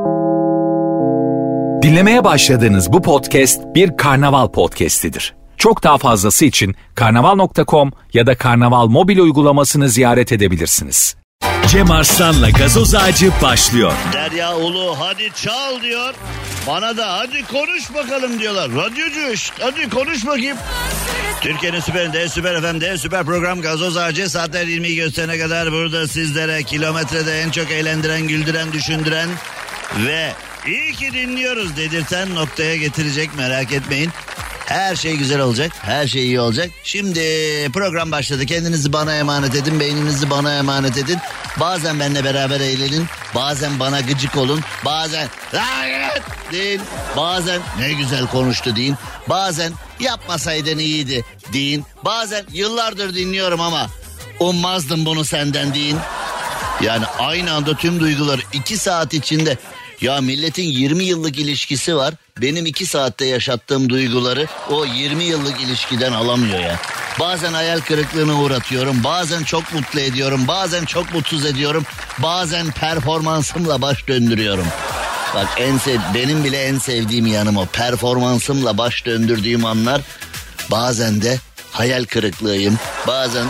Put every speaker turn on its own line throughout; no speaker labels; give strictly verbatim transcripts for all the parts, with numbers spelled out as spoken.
Dinlemeye başladığınız bu podcast bir karnaval podcastidir. Çok daha fazlası için karnaval nokta com ya da karnaval mobil uygulamasını ziyaret edebilirsiniz.
Cem Arslan'la Gazoz Ağacı başlıyor.
Derya Ulu hadi çal diyor. Bana da hadi konuş bakalım diyorlar. Radyocu şşt, hadi konuş bakayım. Türkiye'nin süperinde, süper F M'de, süper program Gazoz Ağacı saatler yirmiyi gösterene kadar burada sizlere kilometrede en çok eğlendiren, güldüren, düşündüren ve iyi ki dinliyoruz dedirten noktaya getirecek, merak etmeyin. Her şey güzel olacak, her şey iyi olacak. Şimdi program başladı. Kendinizi bana emanet edin, beyninizi bana emanet edin. Bazen benimle beraber eğlenin, bazen bana gıcık olun, bazen lanet deyin, bazen ne güzel konuştu deyin, bazen yapmasaydın iyiydi deyin, bazen yıllardır dinliyorum ama ummazdım bunu senden deyin. Yani aynı anda tüm duyguları iki saat içinde. Ya milletin yirmi yıllık ilişkisi var. Benim iki saatte yaşattığım duyguları o yirmi yıllık ilişkiden alamıyor ya. Bazen hayal kırıklığına uğratıyorum. Bazen çok mutlu ediyorum. Bazen çok mutsuz ediyorum. Bazen performansımla baş döndürüyorum. Bak en sev benim bile en sevdiğim yanım o. Performansımla baş döndürdüğüm anlar. Bazen de hayal kırıklığıyım. Bazen...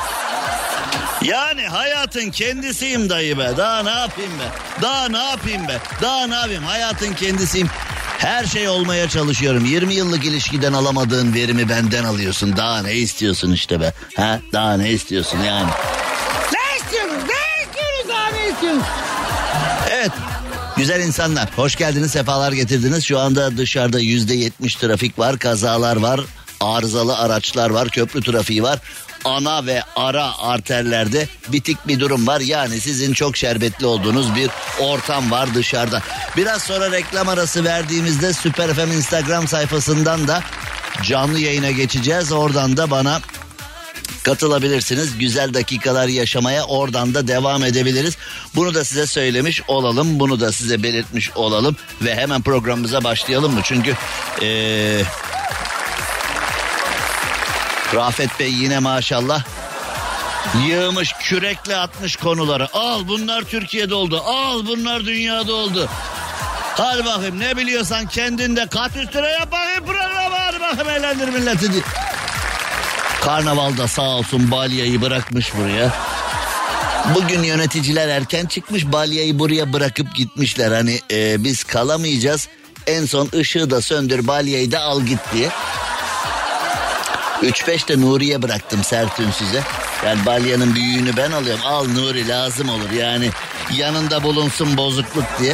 Yani hayatın kendisiyim dayı be. Daha ne yapayım be? Daha ne yapayım be? Daha ne yapayım? Hayatın kendisiyim. Her şey olmaya çalışıyorum. yirmi yıllık ilişkiden alamadığın verimi benden alıyorsun. Daha ne istiyorsun işte be? Ha? Daha ne istiyorsun yani? Ne istiyorsunuz? Ne istiyorsunuz? Daha ne istiyorsunuz? Evet. Güzel insanlar. Hoş geldiniz, sefalar getirdiniz. Şu anda dışarıda yüzde yetmiş trafik var. Kazalar var. Arızalı araçlar var. Köprü trafiği var. Ana ve ara arterlerde bitik bir durum var. Yani sizin çok şerbetli olduğunuz bir ortam var dışarıda. Biraz sonra reklam arası verdiğimizde Süper F M Instagram sayfasından da canlı yayına geçeceğiz. Oradan da bana katılabilirsiniz. Güzel dakikalar yaşamaya oradan da devam edebiliriz. Bunu da size söylemiş olalım. Bunu da size belirtmiş olalım. Ve hemen programımıza başlayalım mı? Çünkü... Ee... Rafet Bey yine maşallah yığmış, kürekle atmış konuları. Al bunlar Türkiye'de oldu, al bunlar dünyada oldu. Hadi bakayım ne biliyorsan kendin de kat üstüne yap bakayım programı, hadi bakayım eğlendir milleti. Karnavalda sağ olsun balyayı bırakmış buraya. Bugün yöneticiler erken çıkmış, balyayı buraya bırakıp gitmişler. Hani e, biz kalamayacağız, en son ışığı da söndür, balyayı da al git diye. üç beş de Nuri'ye bıraktım Sertün size. Yani balyanın büyüğünü ben alıyorum. Al Nuri, lazım olur yani. Yanında bulunsun bozukluk diye.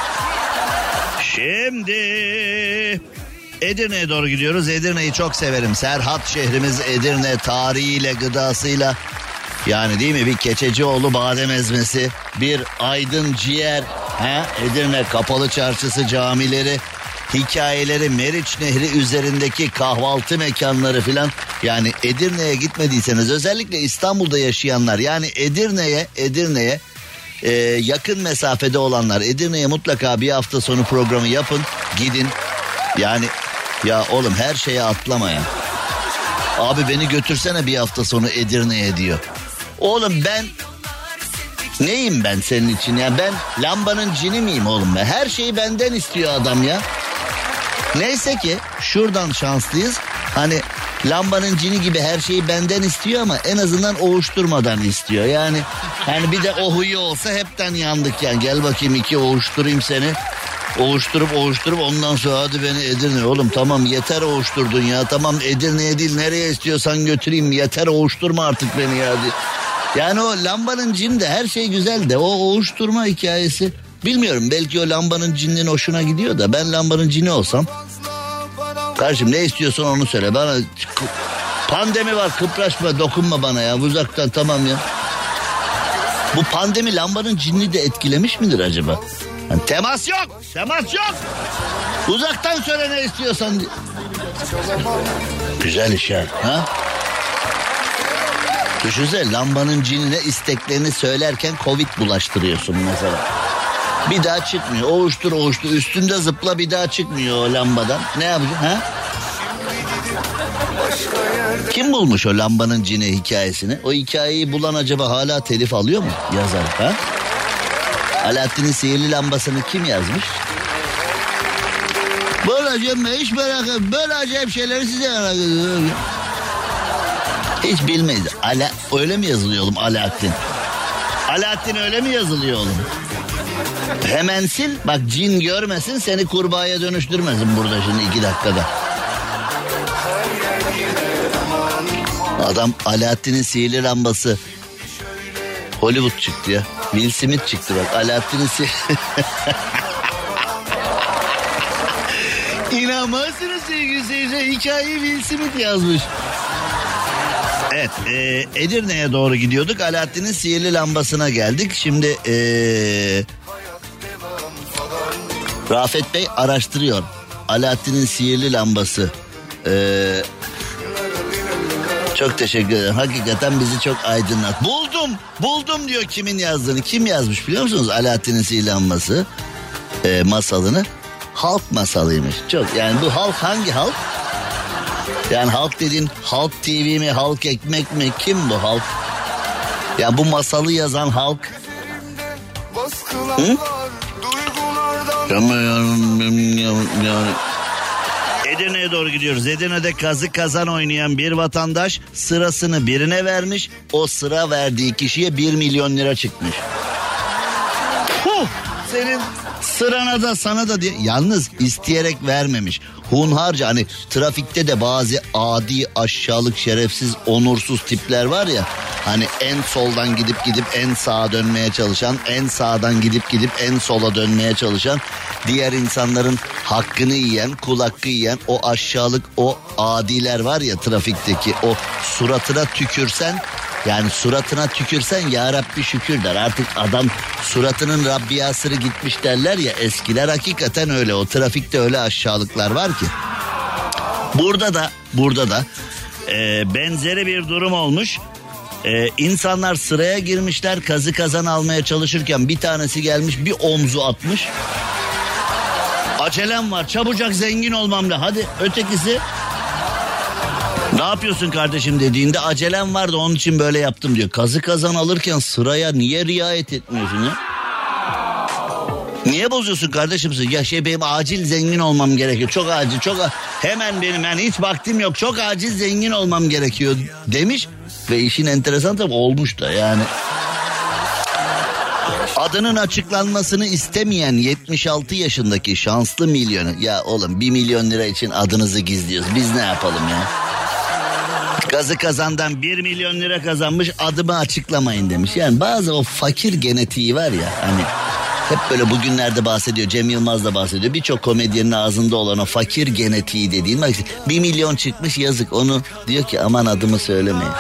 Şimdi Edirne'ye doğru gidiyoruz. Edirne'yi çok severim. Serhat şehrimiz Edirne, tarihiyle, gıdasıyla. Yani değil mi, bir Keçecioğlu badem ezmesi, bir Aydın ciğer, he? Edirne kapalı çarşısı, camileri, hikayeleri, Meriç Nehri üzerindeki kahvaltı mekanları filan. Yani Edirne'ye gitmediyseniz, özellikle İstanbul'da yaşayanlar, yani Edirne'ye Edirne'ye e, yakın mesafede olanlar, Edirne'ye mutlaka bir hafta sonu programı yapın, gidin. Yani ya oğlum her şeye atlama ya. Abi beni götürsene bir hafta sonu Edirne'ye diyor. Oğlum ben neyim ben senin için ya? Ben lambanın cini miyim oğlum ben? Her şeyi benden istiyor adam ya. Neyse ki şuradan şanslıyız. Hani lambanın cini gibi her şeyi benden istiyor ama en azından ovuşturmadan istiyor. Yani hani bir de o huyu olsa hepten yandık yani. Gel bakayım iki ovuşturayım seni. Ovuşturup ovuşturup ondan sonra hadi beni Edirne. Oğlum tamam yeter ovuşturdun ya. Tamam Edirne'ye değil nereye istiyorsan götüreyim. Yeter ovuşturma artık beni ya. Yani o lambanın cini de her şey güzel de o ovuşturma hikayesi. Bilmiyorum, belki o lambanın cininin hoşuna gidiyor da ben lambanın cini olsam. Kardeşim ne istiyorsan onu söyle. Bana pandemi var, kıpraşma, dokunma bana ya uzaktan, tamam ya. Bu pandemi lambanın cinini de etkilemiş midir acaba? Yani temas yok, temas yok. Uzaktan söyle ne istiyorsan. Güzel iş ya. Ha? Düşünsene, lambanın cinine isteklerini söylerken Covid bulaştırıyorsun mesela. Bir daha çıkmıyor. Oğuştur oğuştur. Üstünde zıpla, bir daha çıkmıyor o lambadan. Ne yapacaksın ha? Kim bulmuş o lambanın cini hikayesini? O hikayeyi bulan acaba hala telif alıyor mu yazar ha? Alaaddin'in sihirli lambasını kim yazmış? Böyle acayip, hiç merak etme. Böyle acayip şeyleri size merak ediyorum. Hiç bilmeyiz. Ala, öyle mi yazılıyor oğlum Alaaddin? Alaaddin öyle mi yazılıyor oğlum? Hemen sil. Bak cin görmesin, seni kurbağaya dönüştürmesin burada şimdi iki dakikada. Adam Alaaddin'in sihirli lambası. Hollywood çıktı ya. Will Smith çıktı bak. Alaaddin'in sihirli... İnanmazsınız sevgili seyirciler. Hikayeyi Will Smith yazmış. Evet, e, Edirne'ye doğru gidiyorduk. Alaaddin'in sihirli lambasına geldik. Şimdi e, Rafet Bey araştırıyor. Alaaddin'in sihirli lambası. E, çok teşekkür ederim. Hakikaten bizi çok aydınlat. Buldum, buldum diyor kimin yazdığını. Kim yazmış biliyor musunuz Alaaddin'in sihirli lambası e, masalını? Halk masalıymış. Çok, yani bu halk hangi halk? Yani halk dediğin Halk T V mi, Halk Ekmek mi? Kim bu halk? Ya bu masalı yazan halk. Hı? Edirne'ye doğru gidiyoruz. Edirne'de kazı kazan oynayan bir vatandaş sırasını birine vermiş. O sıra verdiği kişiye bir milyon lira çıkmış. Huh, senin sırana da sana da diye. Yalnız isteyerek vermemiş. Hunharca, hani trafikte de bazı adi, aşağılık, şerefsiz, onursuz tipler var ya. Hani en soldan gidip gidip en sağa dönmeye çalışan, en sağdan gidip gidip en sola dönmeye çalışan, diğer insanların hakkını yiyen, kul hakkı yiyen o aşağılık, o adiler var ya trafikteki. O suratına tükürsen, yani suratına tükürsen ya Rabbi şükür der. Artık adam suratının Rabbiyasırı gitmiş derler ya eskiler, hakikaten öyle. O trafikte öyle aşağılıklar var ki. Burada da burada da e, benzeri bir durum olmuş. E, insanlar sıraya girmişler, kazı kazan almaya çalışırken bir tanesi gelmiş bir omzu atmış. Acelem var, çabucak zengin olmam da. Hadi ötekisi, ne yapıyorsun kardeşim dediğinde, acelem vardı onun için böyle yaptım diyor. Kazı kazan alırken sıraya niye riayet etmiyorsun ya? Niye bozuyorsun kardeşim sen? Ya şey, benim acil zengin olmam gerekiyor. Çok acil, çok a- hemen benim, yani hiç vaktim yok. Çok acil zengin olmam gerekiyor demiş. Ve işin enteresan tabii olmuş da yani. Adının açıklanmasını istemeyen yetmiş altı yaşındaki şanslı milyoner. Ya oğlum, bir milyon lira için adınızı gizliyoruz. Biz ne yapalım ya? Kazı kazandan bir milyon lira kazanmış, adımı açıklamayın demiş. Yani bazı o fakir genetiği var ya, hani hep böyle bugünlerde bahsediyor, Cem Yılmaz da bahsediyor. Birçok komedyenin ağzında olan o fakir genetiği dediğin, bak bir milyon çıkmış, yazık, onu diyor ki aman adımı söylemeyin.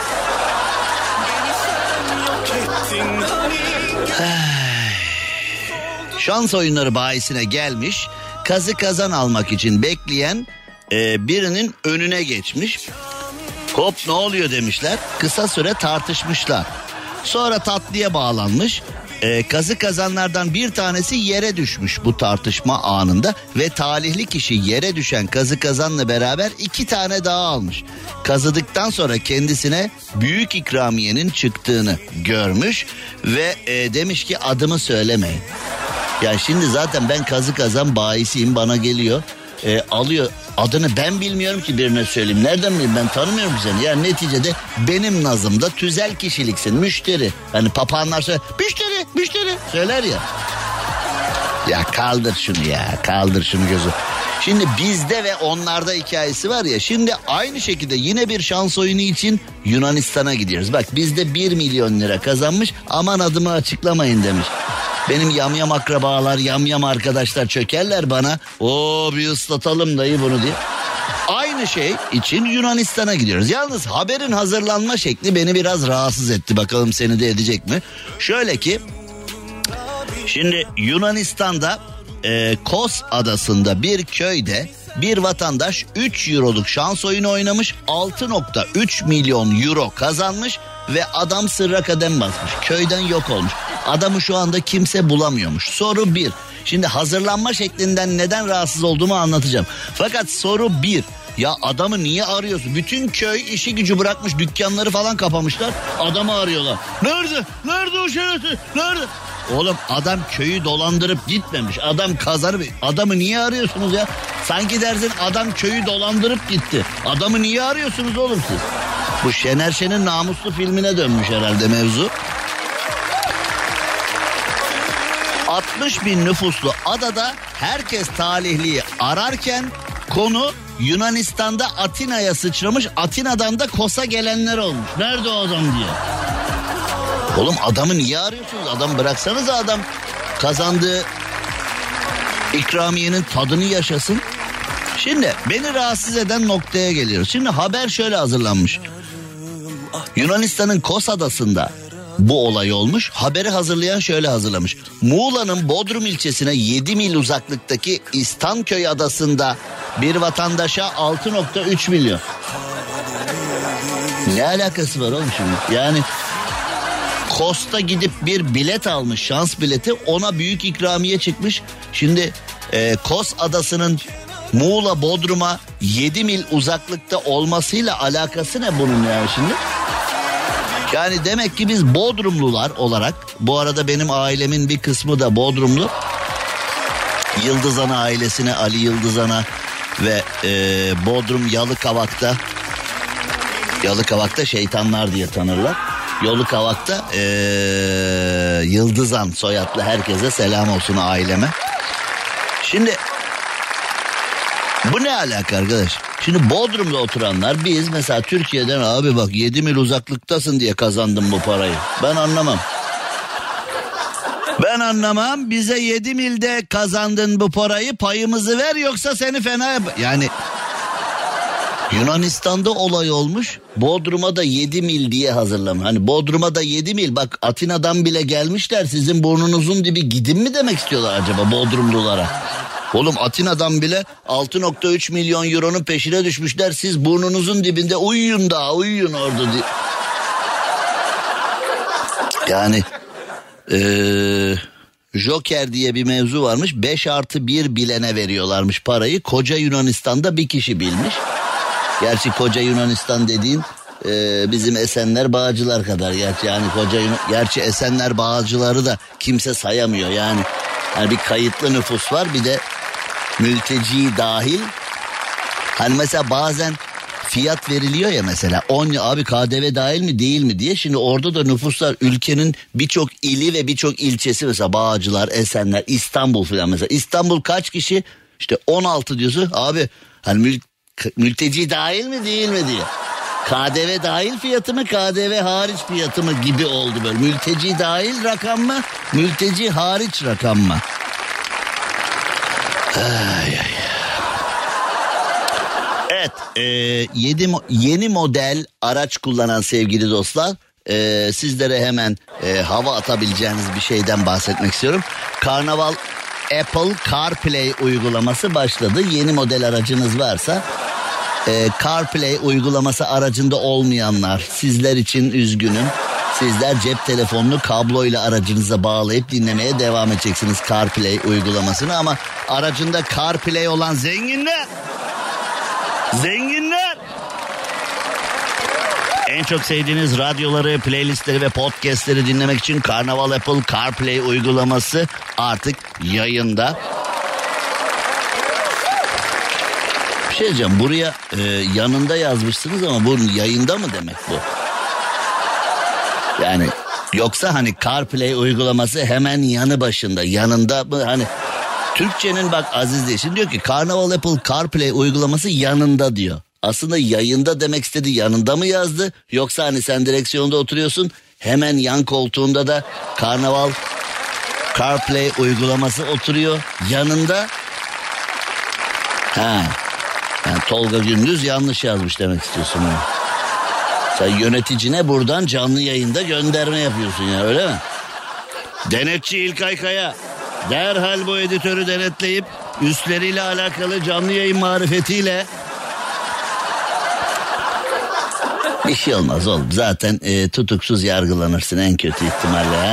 Şans oyunları bahisine gelmiş, kazı kazan almak için bekleyen e, birinin önüne geçmiş. Hop ne oluyor demişler. Kısa süre tartışmışlar. Sonra tatlıya bağlanmış. Ee, kazı kazanlardan bir tanesi yere düşmüş bu tartışma anında. Ve talihli kişi yere düşen kazı kazanla beraber iki tane daha almış. Kazıdıktan sonra kendisine büyük ikramiyenin çıktığını görmüş. Ve e, demiş ki adımı söylemeyin. Ya şimdi zaten ben kazı kazan bayisiyim, bana geliyor. E, alıyor adını, ben bilmiyorum ki birine söyleyeyim. Nereden bileyim, ben tanımıyorum seni. Yani neticede benim nazımda tüzel kişiliksin, müşteri. Hani papağanlar söyler, müşteri müşteri söyler ya. Ya kaldır şunu ya, kaldır şunu gözü. Şimdi bizde ve onlarda hikayesi var ya. Şimdi aynı şekilde yine bir şans oyunu için Yunanistan'a gidiyoruz. Bak bizde bir milyon lira kazanmış, aman adımı açıklamayın demiş. Benim yamyam akrabalar, yamyam arkadaşlar çökerler bana. Oo bir ıslatalım dayı bunu diye. Aynı şey için Yunanistan'a gidiyoruz. Yalnız haberin hazırlanma şekli beni biraz rahatsız etti. Bakalım seni de edecek mi? Şöyle ki, şimdi Yunanistan'da e, Kos adasında bir köyde bir vatandaş üç euroluk şans oyunu oynamış. altı nokta üç milyon euro kazanmış ve adam sırra kadem basmış. Köyden yok olmuş. Adamı şu anda kimse bulamıyormuş. Soru bir. Şimdi hazırlanma şeklinden neden rahatsız olduğumu anlatacağım. Fakat soru bir. Ya adamı niye arıyorsun? Bütün köy işi gücü bırakmış, dükkanları falan kapamışlar. Adamı arıyorlar. Nerede? Nerede o şerefsiz? Nerede? Oğlum adam köyü dolandırıp gitmemiş. Adam kazanıp... Adamı niye arıyorsunuz ya? Sanki dersin adam köyü dolandırıp gitti. Adamı niye arıyorsunuz oğlum siz? Bu Şener Şen'in Namuslu filmine dönmüş herhalde mevzu. altmış bin nüfuslu adada herkes talihliyi ararken konu Yunanistan'da Atina'ya sıçramış. Atina'dan da Kos'a gelenler olmuş. Nerede o adam diye. Oğlum adamı niye arıyorsunuz? Adam bıraksanız adam kazandığı ikramiyenin tadını yaşasın. Şimdi beni rahatsız eden noktaya geliyoruz. Şimdi haber şöyle hazırlanmış. Yunanistan'ın Kos adasında bu olay olmuş. Haberi hazırlayan şöyle hazırlamış. Muğla'nın Bodrum ilçesine yedi mil uzaklıktaki İstanköy adasında bir vatandaşa altı nokta üç milyon. Ne alakası var oğlum şimdi? Yani Kos'ta gidip bir bilet almış, şans bileti, ona büyük ikramiye çıkmış. Şimdi e, Kos adasının Muğla Bodrum'a yedi mil uzaklıkta olmasıyla alakası ne bunun yani şimdi? Yani demek ki biz Bodrumlular olarak, bu arada benim ailemin bir kısmı da Bodrumlu. Yıldızana ailesine, Ali Yıldızana ve e, Bodrum Yalıkavak'ta, Yalıkavak'ta şeytanlar diye tanırlar. Yalıkavak'ta e, Yıldızan soyadlı herkese selam olsun aileme. Şimdi bu ne alaka arkadaş? Şimdi Bodrum'da oturanlar, biz mesela Türkiye'den abi bak yedi mil uzaklıktasın diye kazandım bu parayı. Ben anlamam. Ben anlamam. Bize yedi milde kazandın bu parayı, payımızı ver yoksa seni fena yap. Yani Yunanistan'da olay olmuş. Bodrum'a da yedi mil diye hazırlamış. Hani Bodrum'a da yedi mil. Bak Atina'dan bile gelmişler. Sizin burnunuzun dibi gidin mi demek istiyorlar acaba Bodrumlulara? Oğlum Atina'dan bile altı nokta üç milyon euronun peşine düşmüşler. Siz burnunuzun dibinde uyuyun daha, uyuyun orada diye. Yani ee, Joker diye bir mevzu varmış. beş artı bir bilene veriyorlarmış parayı. Koca Yunanistan'da bir kişi bilmiş. Gerçi koca Yunanistan dediğin e, bizim Esenler Bağcılar kadar. Gerçi yani koca Yunan... Gerçi Esenler Bağcıları da kimse sayamıyor yani. Yani bir kayıtlı nüfus var, bir de mülteci dahil. Hani mesela bazen fiyat veriliyor ya mesela on abi K D V dahil mi değil mi diye. Şimdi orada da nüfuslar, ülkenin birçok ili ve birçok ilçesi, mesela Bağcılar, Esenler, İstanbul falan mesela. İstanbul kaç kişi? İşte on altı diyorsun abi, hani mül, mülteci dahil mi değil mi diye. K D V dahil fiyatı mı, K D V hariç fiyatı mı gibi oldu böyle. Mülteci dahil rakam mı, mülteci hariç rakam mı? Ay ay. Evet, e, yedi, yeni model araç kullanan sevgili dostlar, e, sizlere hemen e, hava atabileceğiniz bir şeyden bahsetmek istiyorum. Karnaval Apple CarPlay uygulaması başladı. Yeni model aracınız varsa, e, CarPlay uygulaması aracında olmayanlar, sizler için üzgünüm. Sizler cep telefonunu kabloyla aracınıza bağlayıp dinlemeye devam edeceksiniz CarPlay uygulamasını, ama aracında CarPlay olan zenginler, zenginler, en çok sevdiğiniz radyoları, playlistleri ve podcastleri dinlemek için Karnaval Apple CarPlay uygulaması artık yayında. Bir şey diyeceğim, buraya e, yanında yazmışsınız ama bu yayında mı demek bu? Yani yoksa hani CarPlay uygulaması hemen yanı başında, yanında mı? Hani Türkçenin bak Aziz diye şimdi diyor ki Karnaval Apple CarPlay uygulaması yanında diyor. Aslında yayında demek istedi, yanında mı yazdı? Yoksa hani sen direksiyonda oturuyorsun, hemen yan koltuğunda da Karnaval CarPlay uygulaması oturuyor yanında. Ha. Yani Tolga Gündüz yanlış yazmış demek istiyorsun onu. Sen yöneticine buradan canlı yayında gönderme yapıyorsun ya, öyle mi? Denetçi İlkay Kaya derhal bu editörü denetleyip üstleriyle alakalı canlı yayın marifetiyle... Bir şey olmaz oğlum. Zaten e, tutuksuz yargılanırsın en kötü ihtimalle. Ha?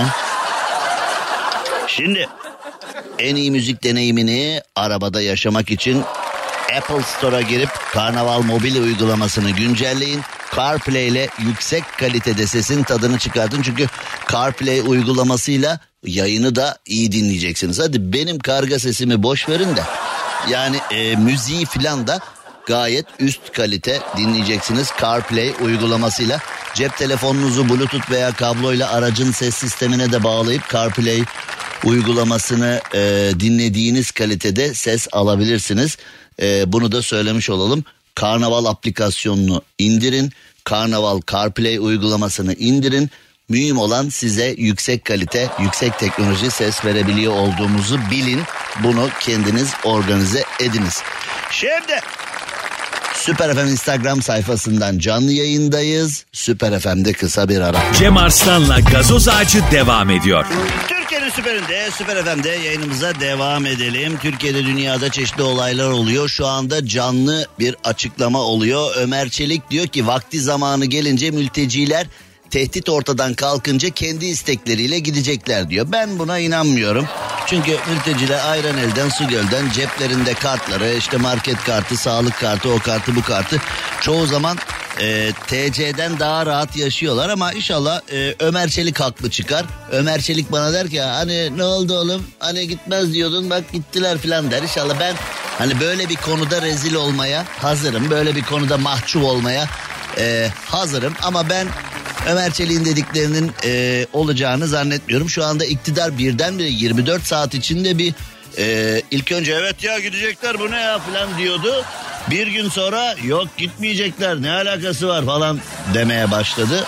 Şimdi en iyi müzik deneyimini arabada yaşamak için Apple Store'a girip Karnaval mobil uygulamasını güncelleyin. CarPlay ile yüksek kalitede sesin tadını çıkartın. Çünkü CarPlay uygulamasıyla yayını da iyi dinleyeceksiniz. Hadi benim karga sesimi boş verin de. Yani e, müziği filan da gayet üst kalite dinleyeceksiniz CarPlay uygulamasıyla. Cep telefonunuzu Bluetooth veya kabloyla aracın ses sistemine de bağlayıp CarPlay uygulamasını e, dinlediğiniz kalitede ses alabilirsiniz. E, bunu da söylemiş olalım. Karnaval aplikasyonunu indirin. Karnaval CarPlay uygulamasını indirin. Mühim olan size yüksek kalite, yüksek teknoloji ses verebiliyor olduğumuzu bilin. Bunu kendiniz organize ediniz. Şimdi Süper F M Instagram sayfasından canlı yayındayız. Süper F M'de kısa bir ara.
Cem Arslan'la Gazoz Ağacı devam ediyor.
Türkiye'nin süperinde, Süper F M'de yayınımıza devam edelim. Türkiye'de, dünyada çeşitli olaylar oluyor. Şu anda canlı bir açıklama oluyor. Ömer Çelik diyor ki vakti zamanı gelince mülteciler tehdit ortadan kalkınca kendi istekleriyle gidecekler diyor. Ben buna inanmıyorum. Çünkü mülteciler ayran elden su gölden, ceplerinde kartları, işte market kartı, sağlık kartı, o kartı bu kartı. Çoğu zaman e, T C'den daha rahat yaşıyorlar ama inşallah e, Ömer Çelik haklı çıkar. Ömer Çelik bana der ki hani ne oldu oğlum, hani gitmez diyordun bak gittiler filan der. İnşallah ben hani böyle bir konuda rezil olmaya hazırım. Böyle bir konuda mahcup olmaya e, hazırım ama ben Ömer Çelik'in dediklerinin e, olacağını zannetmiyorum. Şu anda iktidar birdenbire yirmi dört saat içinde bir e, ilk önce evet ya gidecekler bu ne ya falan diyordu. Bir gün sonra yok gitmeyecekler ne alakası var falan demeye başladı.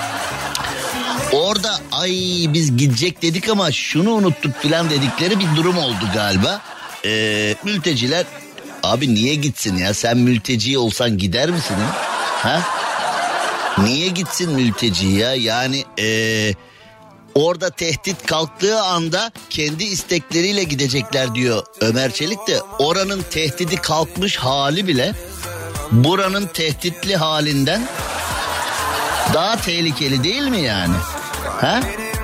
Orada ay biz gidecek dedik ama şunu unuttuk falan dedikleri bir durum oldu galiba. E, mülteciler abi niye gitsin ya, sen mülteci olsan gider misin ha? Niye gitsin mülteci ya? Yani ee, orada tehdit kalktığı anda kendi istekleriyle gidecekler diyor Ömer Çelik de. Oranın tehdidi kalkmış hali bile buranın tehditli halinden daha tehlikeli değil mi yani? Ha?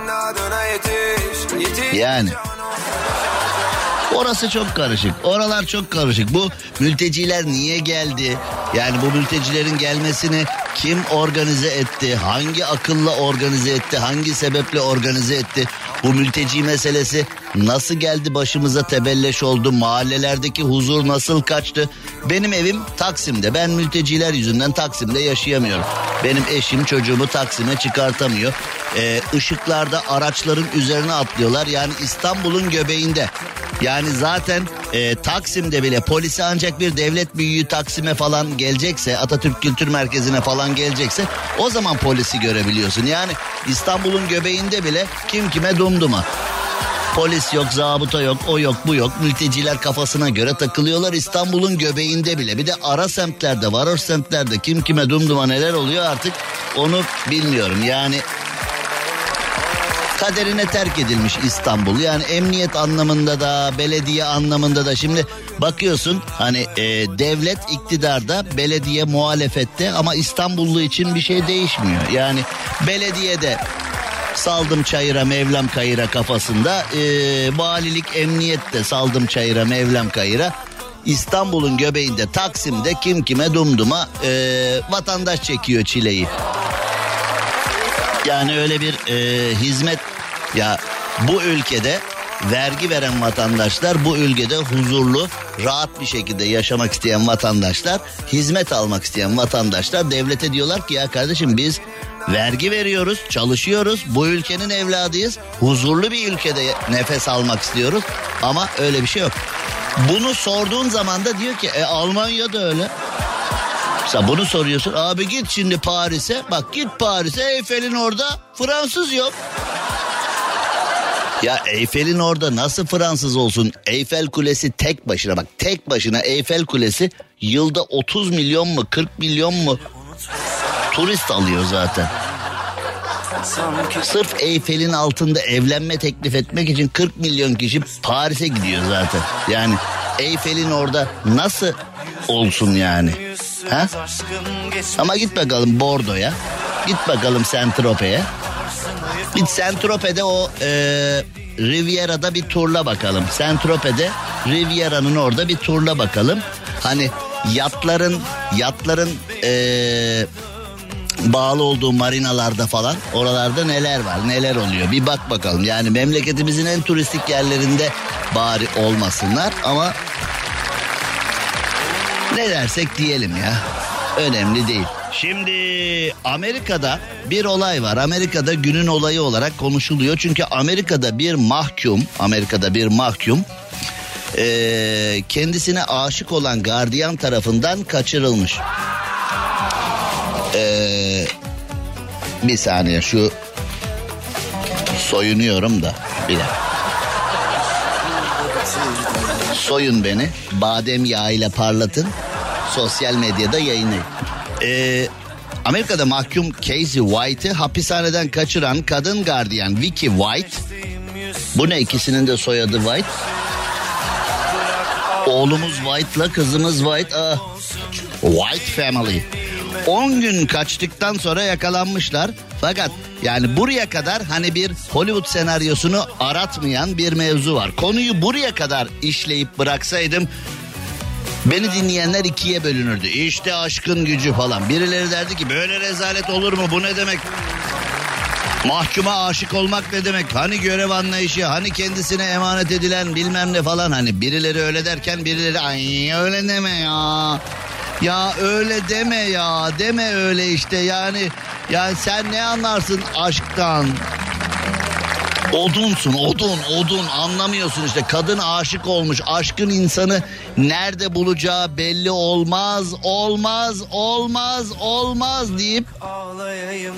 Yani orası çok karışık. Oralar çok karışık. Bu mülteciler niye geldi? Yani bu mültecilerin gelmesini kim organize etti? Hangi akılla organize etti? Hangi sebeple organize etti? Bu mülteci meselesi nasıl geldi başımıza tebelleş oldu? Mahallelerdeki huzur nasıl kaçtı? Benim evim Taksim'de. Ben mülteciler yüzünden Taksim'de yaşayamıyorum. Benim eşim çocuğumu Taksim'e çıkartamıyor. Ee, ışıklarda araçların üzerine atlıyorlar. Yani İstanbul'un göbeğinde. Yani zaten e, Taksim'de bile polisi ancak bir devlet büyüğü Taksim'e falan gelecekse, Atatürk Kültür Merkezi'ne falan gelecekse o zaman polisi görebiliyorsun. Yani İstanbul'un göbeğinde bile kim kime dumduma. Polis yok, zabıta yok, o yok, bu yok. Mülteciler kafasına göre takılıyorlar İstanbul'un göbeğinde bile. Bir de ara semtlerde, varoş semtlerde kim kime dumduma neler oluyor artık onu bilmiyorum. Yani kaderine terk edilmiş İstanbul. Yani emniyet anlamında da, belediye anlamında da. Şimdi bakıyorsun hani e, devlet iktidarda, belediye muhalefette ama İstanbullu için bir şey değişmiyor. Yani belediyede saldım çayıra mevlam kayıra kafasında, e, valilik emniyette saldım çayıra mevlam kayıra. İstanbul'un göbeğinde Taksim'de kim kime dumduma e, vatandaş çekiyor çileyi. Yani öyle bir e, hizmet ya bu ülkede vergi veren vatandaşlar, bu ülkede huzurlu, rahat bir şekilde yaşamak isteyen vatandaşlar, hizmet almak isteyen vatandaşlar devlete diyorlar ki ya kardeşim biz vergi veriyoruz, çalışıyoruz, bu ülkenin evladıyız, huzurlu bir ülkede nefes almak istiyoruz ama öyle bir şey yok. Bunu sorduğun zaman da diyor ki e, Almanya'da öyle. Sen bunu soruyorsun. Abi git şimdi Paris'e. Bak git Paris'e, Eyfel'in orada Fransız yok. Ya Eyfel'in orada nasıl Fransız olsun? Eyfel Kulesi tek başına, bak tek başına Eyfel Kulesi yılda otuz milyon mu kırk milyon mu turist alıyor zaten. Sırf Eyfel'in altında evlenme teklif etmek için kırk milyon kişi Paris'e gidiyor zaten. Yani Eyfel'in orada nasıl olsun yani? Ha? Ama git bakalım Bordo'ya, git bakalım Saint-Tropez'e, git Saint-Tropez'de o e, Riviera'da bir turla bakalım. Saint-Tropez'de Riviera'nın orada bir turla bakalım. Hani yatların yatların e, bağlı olduğu marinalarda falan, oralarda neler var, neler oluyor bir bak bakalım. Yani memleketimizin en turistik yerlerinde bari olmasınlar ama ne dersek diyelim ya, önemli değil. Şimdi Amerika'da bir olay var. Amerika'da günün olayı olarak konuşuluyor. Çünkü Amerika'da bir mahkum, Amerika'da bir mahkum ee, kendisine aşık olan gardiyan tarafından kaçırılmış. Ee, bir saniye şu soyunuyorum da bir dakika. Soyun beni, badem yağıyla parlatın, sosyal medyada yayınlayın. Ee, Amerika'da mahkum Casey White'ı hapishaneden kaçıran kadın gardiyan Vicky White. Bu ne, ikisinin de soyadı White. Oğlumuz White'la kızımız White. Ah, White Family. on gün kaçtıktan sonra yakalanmışlar. Fakat yani buraya kadar hani bir Hollywood senaryosunu aratmayan bir mevzu var. Konuyu buraya kadar işleyip bıraksaydım beni dinleyenler ikiye bölünürdü. İşte aşkın gücü falan. Birileri derdi ki böyle rezalet olur mu? Bu ne demek? Mahkuma aşık olmak ne demek? Hani görev anlayışı, hani kendisine emanet edilen bilmem ne falan. Hani birileri öyle derken birileri ay öyle deme ya. Ya öyle deme ya. Deme öyle işte yani. Yani sen ne anlarsın aşktan? Odunsun, odun, odun, anlamıyorsun işte. Kadın aşık olmuş. Aşkın insanı nerede bulacağı belli olmaz, olmaz, olmaz, olmaz deyip ağlayayım.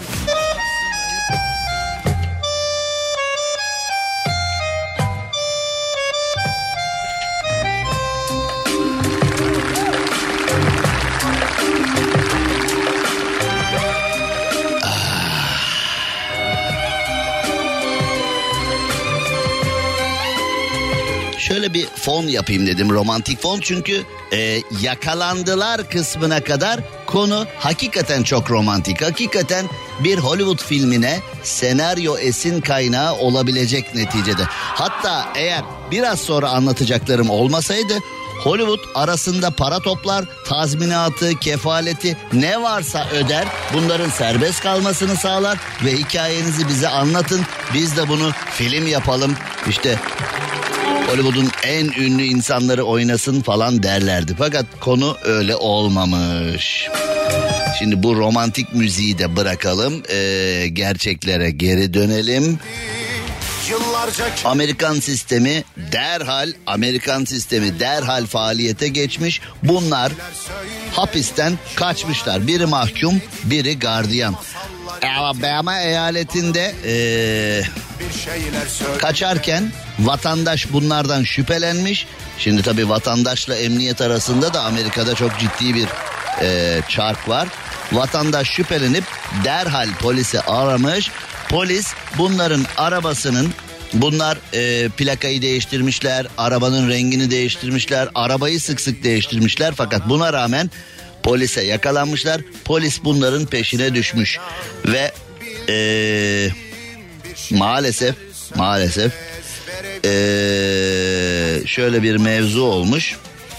Şöyle bir fon yapayım dedim, romantik fon, çünkü e, yakalandılar kısmına kadar konu hakikaten çok romantik. Hakikaten bir Hollywood filmine senaryo esin kaynağı olabilecek neticede. Hatta eğer biraz sonra anlatacaklarım olmasaydı Hollywood arasında para toplar, tazminatı, kefaleti ne varsa öder, bunların serbest kalmasını sağlar ve hikayenizi bize anlatın, biz de bunu film yapalım, işte Hollywood'un en ünlü insanları oynasın falan derlerdi. Fakat konu öyle olmamış. Şimdi bu romantik müziği de bırakalım, ee, gerçeklere geri dönelim. Amerikan sistemi derhal, Amerikan sistemi derhal faaliyete geçmiş. Bunlar hapisten kaçmışlar. Biri mahkum, biri gardiyan. Alabama eyaletinde ee, kaçarken vatandaş bunlardan şüphelenmiş. Şimdi tabii vatandaşla emniyet arasında da Amerika'da çok ciddi bir e, çark var. Vatandaş şüphelenip derhal polisi aramış. Polis bunların arabasının, bunlar e, plakayı değiştirmişler, arabanın rengini değiştirmişler, arabayı sık sık değiştirmişler. Fakat buna rağmen polise yakalanmışlar. Polis bunların peşine düşmüş ve e, maalesef maalesef e, şöyle bir mevzu olmuş.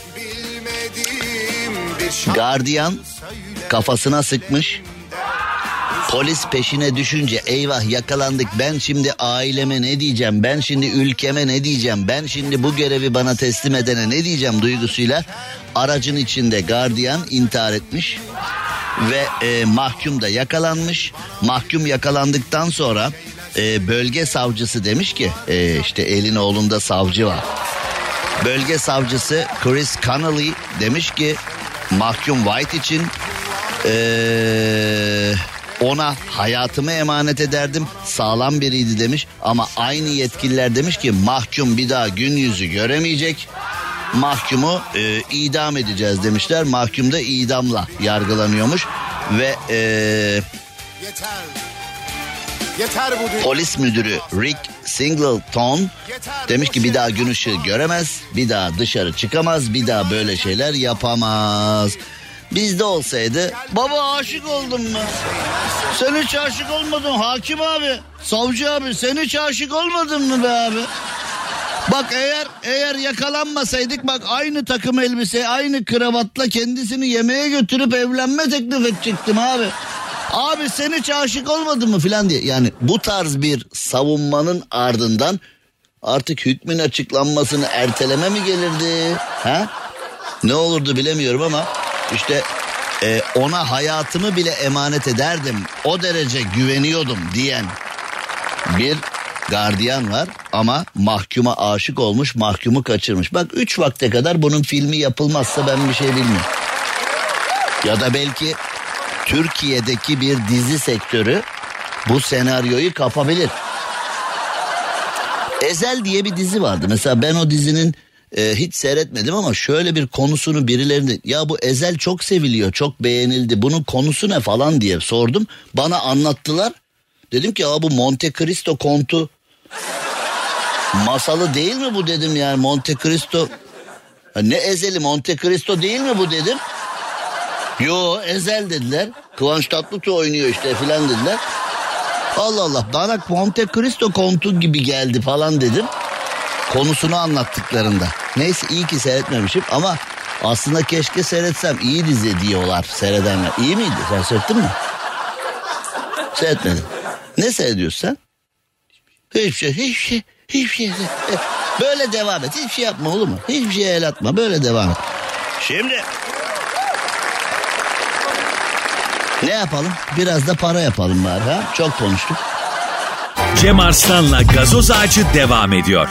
Gardiyan kafasına sıkmış. Polis peşine düşünce eyvah yakalandık, ben şimdi aileme ne diyeceğim, ben şimdi ülkeme ne diyeceğim, ben şimdi bu görevi bana teslim edene ne diyeceğim duygusuyla aracın içinde gardiyan intihar etmiş ve e, mahkum da yakalanmış. Mahkum yakalandıktan sonra e, bölge savcısı demiş ki e, işte elin oğlunda savcı var. Bölge savcısı Chris Connolly demiş ki mahkum White için eee ona hayatımı emanet ederdim, sağlam biriydi demiş. Ama aynı yetkililer demiş ki mahkum bir daha gün yüzü göremeyecek, mahkumu e, idam edeceğiz demişler. Mahkum da idamla yargılanıyormuş ve e, yeter. Yeter bu polis müdürü Rick Singleton demiş ki bir daha gün ışığı göremez, bir daha dışarı çıkamaz, bir daha böyle şeyler yapamaz. Bizde olsaydı baba aşık oldun mu? Sen hiç aşık olmadın hakim abi, savcı abi, sen hiç aşık olmadın mı be abi? Bak eğer eğer yakalanmasaydık bak aynı takım elbise, aynı kravatla kendisini yemeğe götürüp evlenme teklif edecektim abi. Abi sen hiç aşık olmadın mı filan diye. Yani bu tarz bir savunmanın ardından artık hükmün açıklanmasını erteleme mi gelirdi? Ha? Ne olurdu bilemiyorum ama işte e, ona hayatımı bile emanet ederdim. O derece güveniyordum diyen bir gardiyan var ama mahkuma aşık olmuş, mahkumu kaçırmış. Bak üç vakte kadar bunun filmi yapılmazsa ben bir şey bilmiyorum. Ya da belki Türkiye'deki bir dizi sektörü bu senaryoyu kapabilir. Ezel diye bir dizi vardı. Mesela ben o dizinin e, hiç seyretmedim ama şöyle bir konusunu birilerine... Ya bu Ezel çok seviliyor, çok beğenildi. Bunun konusu ne falan diye sordum. Bana anlattılar. Dedim ki ya bu Monte Cristo kontu masalı değil mi bu dedim yani Monte Cristo. Ya ne Ezel'i, Monte Cristo değil mi bu dedim. Yo Ezel dediler. Kıvanç Tatlıtuğ oynuyor işte filan dediler. Allah Allah bana Monte Cristo kontu gibi geldi falan dedim. Konusunu anlattıklarında. Neyse iyi ki seyretmemişim ama aslında keşke seyretsem. İyi dizi diyorlar seyredenler. İyi miydi? Sen seyrettin mi? Seyretmedim. Ne seyrediyorsun sen? Hiçbir şey, hiçbir şey, hiçbir şey. Böyle devam et. Hiçbir şey yapma olur mu? Hiçbir şeye el atma. Böyle devam et. Şimdi ne yapalım? Biraz da para yapalım bari ha? Çok konuştuk.
Cem Arslan'la Gazoz Ağacı devam ediyor.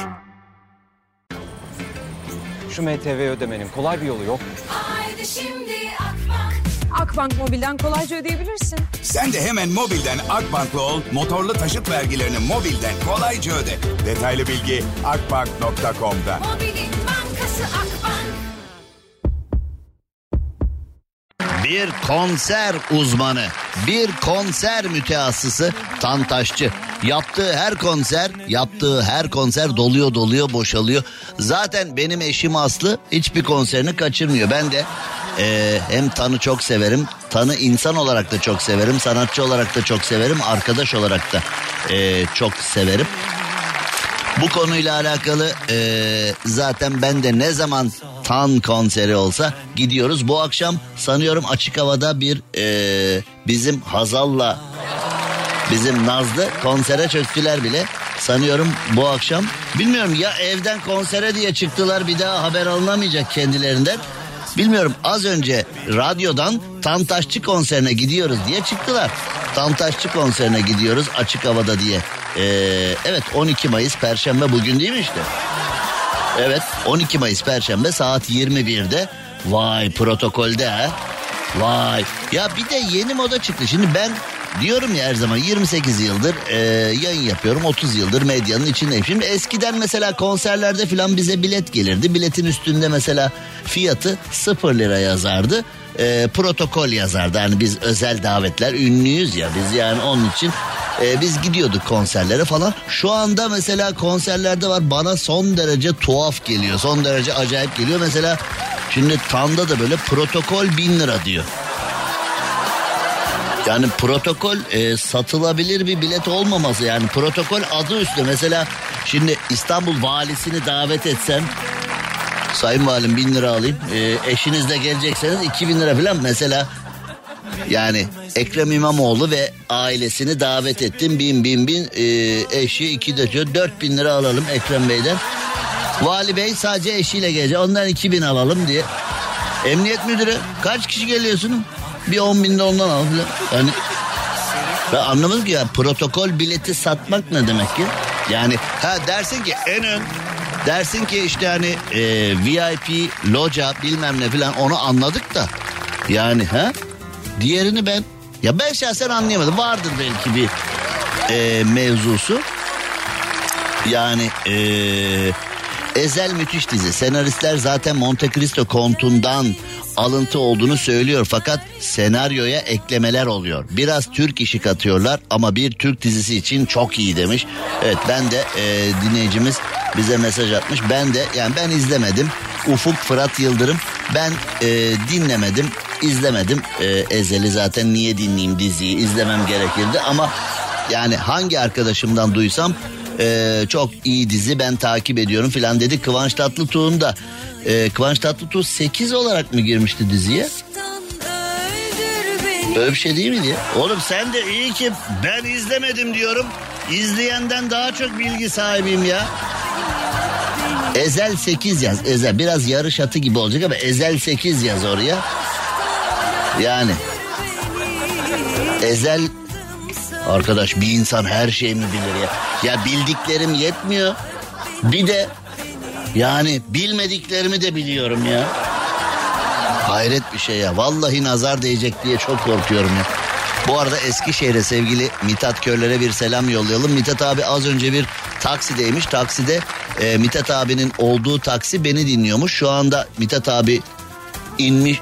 Şu M T V ödemenin kolay bir yolu yok.
Haydi şimdi Akbank. Akbank Mobil'den kolayca ödeyebilirsin.
Sen de hemen mobilden Akbank'la ol, motorlu taşıt vergilerini mobilden kolayca öde. Detaylı bilgi akbank nokta com'da.
Mobilin bankası Akbank.
Bir konser uzmanı, bir konser mütehassısı Tantaşçı. Yaptığı her konser, yaptığı her konser doluyor doluyor boşalıyor. Zaten benim eşim Aslı hiçbir konserini kaçırmıyor. Ben de e, hem Tan'ı çok severim, Tan'ı insan olarak da çok severim, sanatçı olarak da çok severim, arkadaş olarak da e, çok severim. Bu konuyla alakalı e, zaten ben de ne zaman Tan konseri olsa gidiyoruz. Bu akşam sanıyorum açık havada bir e, bizim Hazal'la bizim Nazlı konsere çöktüler bile. Sanıyorum bu akşam bilmiyorum ya evden konsere diye çıktılar, bir daha haber alınamayacak kendilerinden. Bilmiyorum, az önce radyodan Tantaşçı konserine gidiyoruz diye çıktılar. Tantaşçı konserine gidiyoruz açık havada diye. Ee, evet on iki Mayıs Perşembe bugün değil mi işte? Evet on iki Mayıs Perşembe saat yirmi birde. Vay protokolde ha. Vay. Ya bir de yeni moda çıktı. Şimdi ben diyorum ya her zaman yirmi sekiz yıldır e, yayın yapıyorum. otuz yıldır medyanın içindeyim. Şimdi eskiden mesela konserlerde falan bize bilet gelirdi. Biletin üstünde mesela fiyatı sıfır lira yazardı. E, protokol yazardı. Hani biz özel davetler, ünlüyüz ya biz, yani onun için e, biz gidiyorduk konserlere falan. Şu anda mesela konserlerde var, bana son derece tuhaf geliyor. Son derece acayip geliyor. Mesela şimdi Tan'da da böyle protokol bin lira diyor. Yani protokol e, satılabilir bir bilet olmaması, yani protokol adı üstü. Mesela şimdi İstanbul valisini davet etsen, sayın valim bin lira alayım, e, eşinizle gelecekseniz iki bin lira falan mesela. Yani Ekrem İmamoğlu ve ailesini davet ettim, bin bin bin e, eşi iki de dört bin lira alalım Ekrem Bey'den. Vali Bey sadece eşiyle gelecek, ondan iki bin alalım diye. Emniyet müdürü kaç kişi geliyorsun? Bir on bin de ondan al falan. Yani ben anlamadım ki ya, protokol bileti satmak ne demek ki? Yani ha dersin ki en ön, dersin ki işte hani e, V I P, loca bilmem ne falan, onu anladık da. Yani ha diğerini ben, ya ben şahsen anlayamadım. Vardır belki bir e, mevzusu. Yani eee Ezel müthiş dizi. Senaristler zaten Monte Cristo kontundan alıntı olduğunu söylüyor. Fakat senaryoya eklemeler oluyor. Biraz Türk işi katıyorlar ama bir Türk dizisi için çok iyi demiş. Evet, ben de e, dinleyicimiz bize mesaj atmış. Ben de, yani ben izlemedim. Ufuk Fırat Yıldırım. Ben e, dinlemedim, izlemedim. E, Ezel'i zaten niye dinleyeyim, diziyi izlemem gerekirdi. Ama yani hangi arkadaşımdan duysam Ee, çok iyi dizi, ben takip ediyorum filan dedi. Kıvanç Tatlıtuğ'un da e, Kıvanç Tatlıtuğ sekiz olarak mı girmişti diziye? Öyle bir şey değil miydi ya? Oğlum sen de iyi ki ben izlemedim diyorum. İzleyenden daha çok bilgi sahibiyim ya. Ezel sekiz yaz. Ezel biraz yarış atı gibi olacak ama Ezel sekiz yaz oraya. Yani Ezel, arkadaş bir insan her şeyi mi bilir ya? Ya bildiklerim yetmiyor. Bir de yani bilmediklerimi de biliyorum ya. Hayret bir şey ya. Vallahi nazar değecek diye çok korkuyorum ya. Bu arada Eskişehir'e sevgili Mithat Körler'e bir selam yollayalım. Mithat abi az önce bir taksideymiş. Takside e, Mithat abinin olduğu taksi beni dinliyormuş. Şu anda Mithat abi inmiş.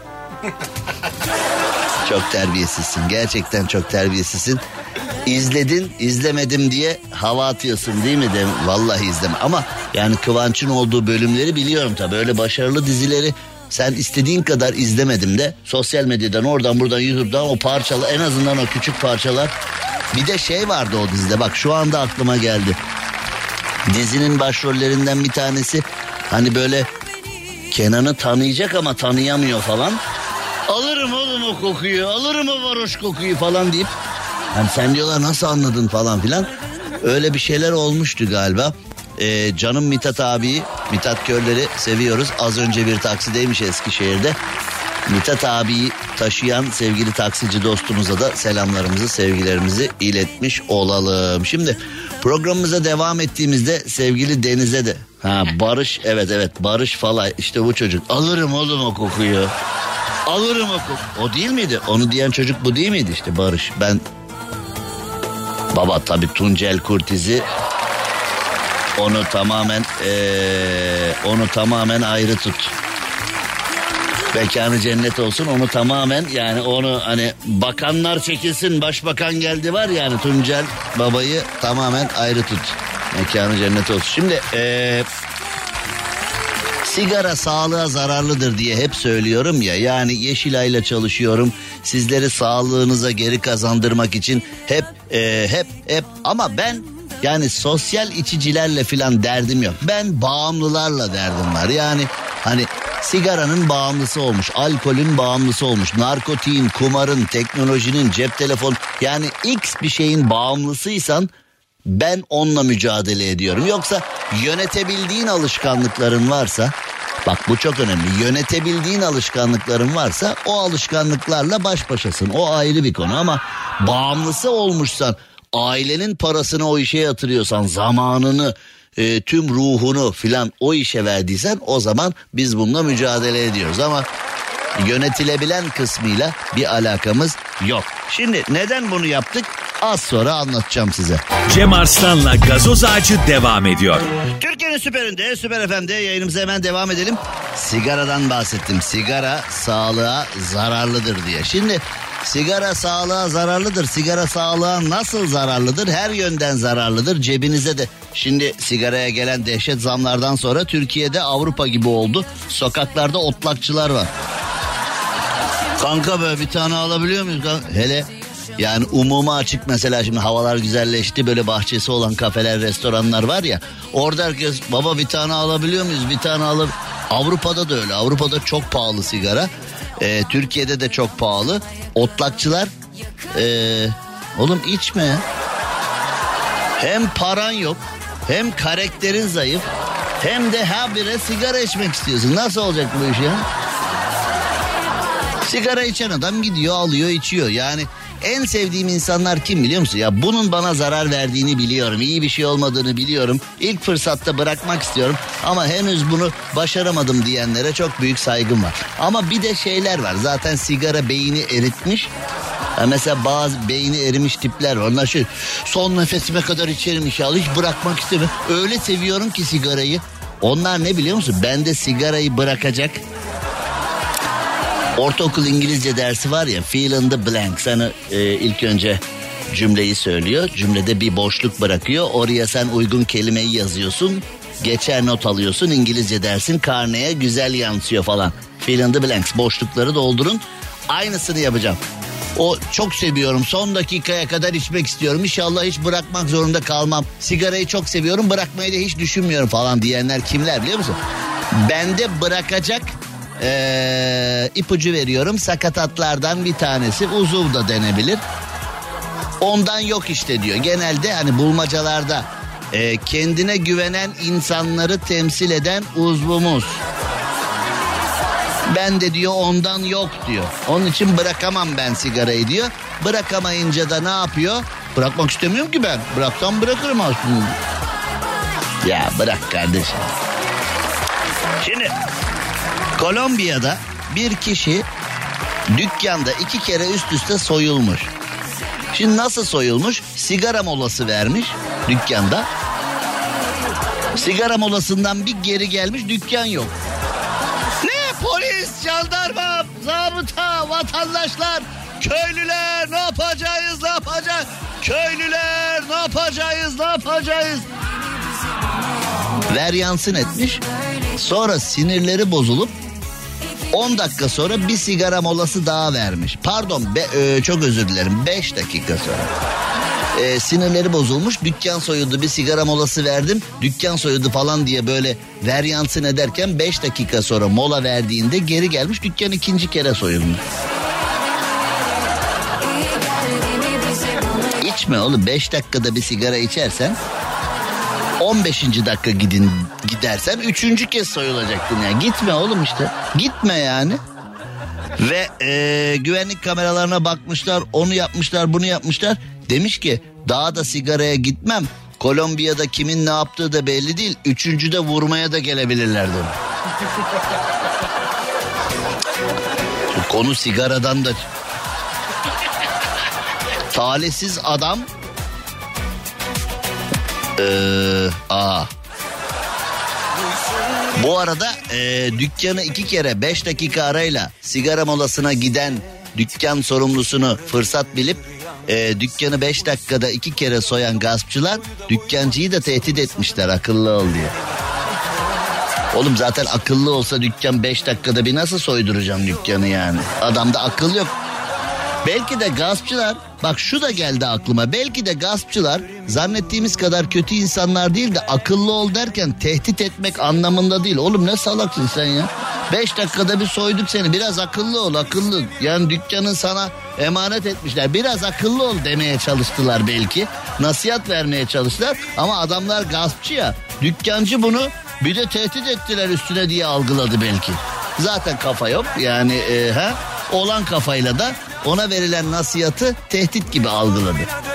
Çok terbiyesizsin. Gerçekten çok terbiyesizsin. İzledin, izlemedim diye hava atıyorsun değil mi? De, vallahi izleme. Ama yani Kıvanç'ın olduğu bölümleri biliyorum tabii. Öyle başarılı dizileri sen istediğin kadar izlemedim de sosyal medyadan, oradan buradan, YouTube'dan o parçalı, en azından o küçük parçalar. Bir de şey vardı o dizide, bak şu anda aklıma geldi. Dizinin başrollerinden bir tanesi hani böyle Kenan'ı tanıyacak ama tanıyamıyor falan. Alırım oğlum o kokuyu, alırım o varoş kokuyu falan deyip hani sen diyorlar nasıl anladın falan filan. Öyle bir şeyler olmuştu galiba. Ee, canım Mithat abiyi, Mithat Körler'i seviyoruz. Az önce bir taksideymiş Eskişehir'de. Mithat abiyi taşıyan sevgili taksici dostumuza da selamlarımızı, sevgilerimizi iletmiş olalım. Şimdi programımıza devam ettiğimizde sevgili Deniz'e de ha Barış, evet evet Barış Falay, işte bu çocuk. Alırım oğlum o kokuyu. Alırım o kokuyu. O değil miydi? Onu diyen çocuk bu değil miydi işte Barış? Ben baba tabii Tuncel Kurtiz'i onu tamamen ee, onu tamamen ayrı tut. Mekanı cennet olsun, onu tamamen yani onu hani bakanlar çekilsin başbakan geldi var yani Tuncel babayı tamamen ayrı tut. Mekanı cennet olsun. Şimdi ee, sigara sağlığa zararlıdır diye hep söylüyorum ya, yani Yeşilay'la çalışıyorum. Sizleri sağlığınıza geri kazandırmak için hep ee, hep hep ama ben yani sosyal içicilerle filan derdim yok. Ben bağımlılarla derdim var. Yani hani sigaranın bağımlısı olmuş, alkolün bağımlısı olmuş, narkotiğin, kumarın, teknolojinin, cep telefonu, yani X bir şeyin bağımlısıysan ben onunla mücadele ediyorum. Yoksa yönetebildiğin alışkanlıkların varsa, bak bu çok önemli, yönetebildiğin alışkanlıkların varsa o alışkanlıklarla baş başasın. O ayrı bir konu ama bağımlısı olmuşsan, ailenin parasını o işe yatırıyorsan, zamanını, e, tüm ruhunu filan o işe verdiysen, o zaman biz bununla mücadele ediyoruz. Ama yönetilebilen kısmıyla bir alakamız yok. Şimdi neden bunu yaptık? Az sonra anlatacağım size.
Cem Arslan'la Gazoz Ağacı devam ediyor.
Türkiye'nin süperinde, Süper F M'de yayınımıza hemen devam edelim. Sigaradan bahsettim. Sigara sağlığa zararlıdır diye. Şimdi sigara sağlığa zararlıdır. Sigara sağlığa nasıl zararlıdır? Her yönden zararlıdır. Cebinize de. Şimdi sigaraya gelen dehşet zamlardan sonra Türkiye'de Avrupa gibi oldu. Sokaklarda otlakçılar var. Kanka böyle bir tane alabiliyor muyuz? Hele yani umuma açık, mesela şimdi havalar güzelleşti, böyle bahçesi olan kafeler, restoranlar var ya, orada herkes baba bir tane alabiliyor muyuz, bir tane alır. Avrupa'da da öyle. Avrupa'da çok pahalı sigara. Ee, Türkiye'de de çok pahalı. Otlakçılar ee, oğlum içme ya. Hem paran yok, hem karakterin zayıf, hem de habire sigara içmek istiyorsun. Nasıl olacak bu iş ya? Sigara içen adam gidiyor, alıyor, içiyor. Yani en sevdiğim insanlar kim biliyor musun? Ya bunun bana zarar verdiğini biliyorum, iyi bir şey olmadığını biliyorum. İlk fırsatta bırakmak istiyorum ama henüz bunu başaramadım diyenlere çok büyük saygım var. Ama bir de şeyler var. Zaten sigara beyni eritmiş. Ya mesela bazı beyni erimiş tipler var. Onlar şey, son nefesime kadar içerim inşallah, hiç bırakmak istemiyorum. Öyle seviyorum ki sigarayı. Onlar ne biliyor musun? Bende sigarayı bırakacak. Ortaokul İngilizce dersi var ya, fill in the blank. Sana e, ilk önce cümleyi söylüyor. Cümlede bir boşluk bırakıyor. Oraya sen uygun kelimeyi yazıyorsun. Geçer not alıyorsun. İngilizce dersin karneye güzel yansıyor falan. Fill in the blanks. Boşlukları doldurun. Aynısını yapacağım. O çok seviyorum. Son dakikaya kadar içmek istiyorum. İnşallah hiç bırakmak zorunda kalmam. Sigarayı çok seviyorum. Bırakmayı da hiç düşünmüyorum falan diyenler kimler biliyor musun? Bende bırakacak ee, ipucu veriyorum, sakatatlardan bir tanesi, uzuv da denebilir. Ondan yok işte diyor. Genelde hani bulmacalarda e, kendine güvenen insanları temsil eden uzvumuz. Ben de diyor ondan yok diyor. Onun için bırakamam ben sigarayı diyor. Bırakamayınca da ne yapıyor? Bırakmak istemiyorum ki ben. Bıraksam bırakırım aslında. Ya bırak kardeşim. Şimdi Kolombiya'da bir kişi dükkanda iki kere üst üste soyulmuş. Şimdi nasıl soyulmuş? Sigara molası vermiş dükkanda. Sigara molasından bir geri gelmiş, dükkan yok. Ne? Polis, jandarma, zabıta, vatandaşlar, köylüler ne yapacağız, ne yapacağız? Köylüler ne yapacağız, ne yapacağız? Ver yansın etmiş. Sonra sinirleri bozulup on dakika sonra bir sigara molası daha vermiş. Pardon be, e, çok özür dilerim, beş dakika sonra. E, sinirleri bozulmuş, dükkan soyuldu, bir sigara molası verdim, dükkan soyuldu falan diye böyle ver yansın ederken beş dakika sonra mola verdiğinde geri gelmiş, dükkan ikinci kere soyulmuş. İçme oğlum, beş dakikada bir sigara içersen on beşinci dakika gidin gidersen üçüncü kez soyulacaktın ya. Gitme oğlum işte. Gitme yani. Ve ee, güvenlik kameralarına bakmışlar, onu yapmışlar, bunu yapmışlar. Demiş ki daha da sigaraya gitmem. Kolombiya'da kimin ne yaptığı da belli değil. Üçüncüde vurmaya da gelebilirler demiş. Konu sigaradan da. Talihsiz adam. Ee, aa. Bu arada e, dükkanı iki kere beş dakika arayla sigara molasına giden dükkan sorumlusunu fırsat bilip e, dükkanı beş dakikada iki kere soyan gaspçılar dükkancıyı da tehdit etmişler, akıllı ol diye. Oğlum zaten akıllı olsa dükkan beş dakikada bir nasıl soyduracağım dükkanı yani? Adamda akıl yok. Belki de gaspçılar, bak şu da geldi aklıma, belki de gaspçılar zannettiğimiz kadar kötü insanlar değil de akıllı ol derken tehdit etmek anlamında değil. Oğlum ne salaksın sen ya? Beş dakikada bir soyduk seni, biraz akıllı ol, akıllı. Yani dükkanın sana emanet etmişler, biraz akıllı ol demeye çalıştılar belki. Nasihat vermeye çalıştılar ama adamlar gaspçı ya, dükkancı bunu bir de tehdit ettiler üstüne diye algıladı belki. Zaten kafa yok yani e, ha? Olan kafayla da ona verilen nasihatı tehdit gibi algıladı.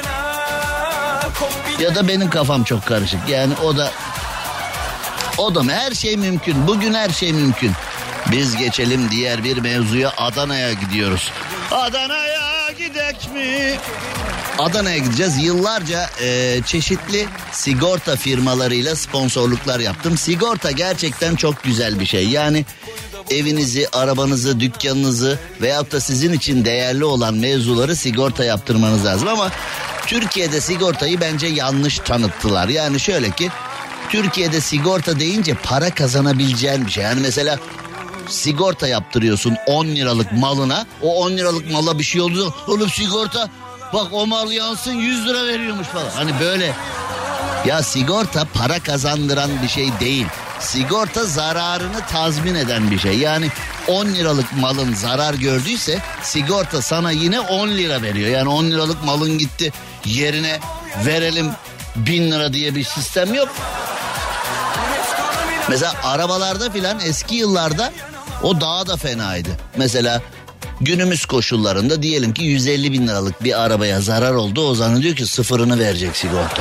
Ya da benim kafam çok karışık. Yani o da o da mı? Her şey mümkün. Bugün her şey mümkün. Biz geçelim diğer bir mevzuya. Adana'ya gidiyoruz. Adana'ya gidek mi? Adana'ya gideceğiz. Yıllarca e, çeşitli sigorta firmalarıyla sponsorluklar yaptım. Sigorta gerçekten çok güzel bir şey. Yani evinizi, arabanızı, dükkanınızı veyahut da sizin için değerli olan mevzuları sigorta yaptırmanız lazım. Ama Türkiye'de sigortayı bence yanlış tanıttılar. Yani şöyle ki, Türkiye'de sigorta deyince para kazanabileceğin bir şey. Yani mesela sigorta yaptırıyorsun on liralık malına, o on liralık mala bir şey oldu, oğlum sigorta bak o mal yansın yüz lira veriyormuş falan. Hani böyle, ya sigorta para kazandıran bir şey değil. Sigorta zararını tazmin eden bir şey. Yani on liralık malın zarar gördüyse sigorta sana yine on lira veriyor. Yani on liralık malın gitti, yerine verelim bin lira diye bir sistem yok. Mesela arabalarda filan eski yıllarda o daha da fenaydı. Mesela günümüz koşullarında diyelim ki yüz elli bin liralık bir arabaya zarar oldu. O zannediyor ki sıfırını verecek sigorta.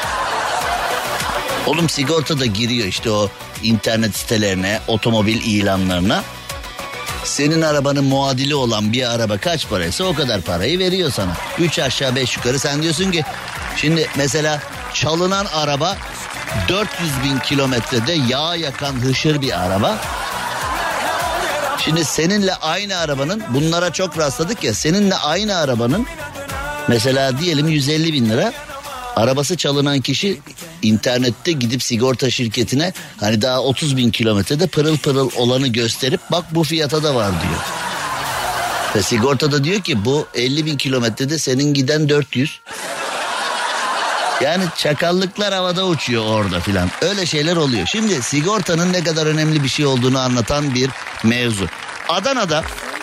Oğlum sigorta da giriyor işte o internet sitelerine, otomobil ilanlarına. Senin arabanın muadili olan bir araba kaç paraysa o kadar parayı veriyor sana. Üç aşağı beş yukarı sen diyorsun ki şimdi mesela çalınan araba dört yüz bin kilometrede yağ yakan hışır bir araba. Şimdi seninle aynı arabanın, bunlara çok rastladık ya, seninle aynı arabanın mesela diyelim yüz elli bin lira. Arabası çalınan kişi internette gidip sigorta şirketine hani daha otuz bin kilometrede pırıl pırıl olanı gösterip bak bu fiyata da var diyor. Ve sigorta da diyor ki bu elli bin kilometrede senin giden dört yüz. Yani çakallıklar havada uçuyor orada filan. Öyle şeyler oluyor. Şimdi sigortanın ne kadar önemli bir şey olduğunu anlatan bir mevzu. Adana'da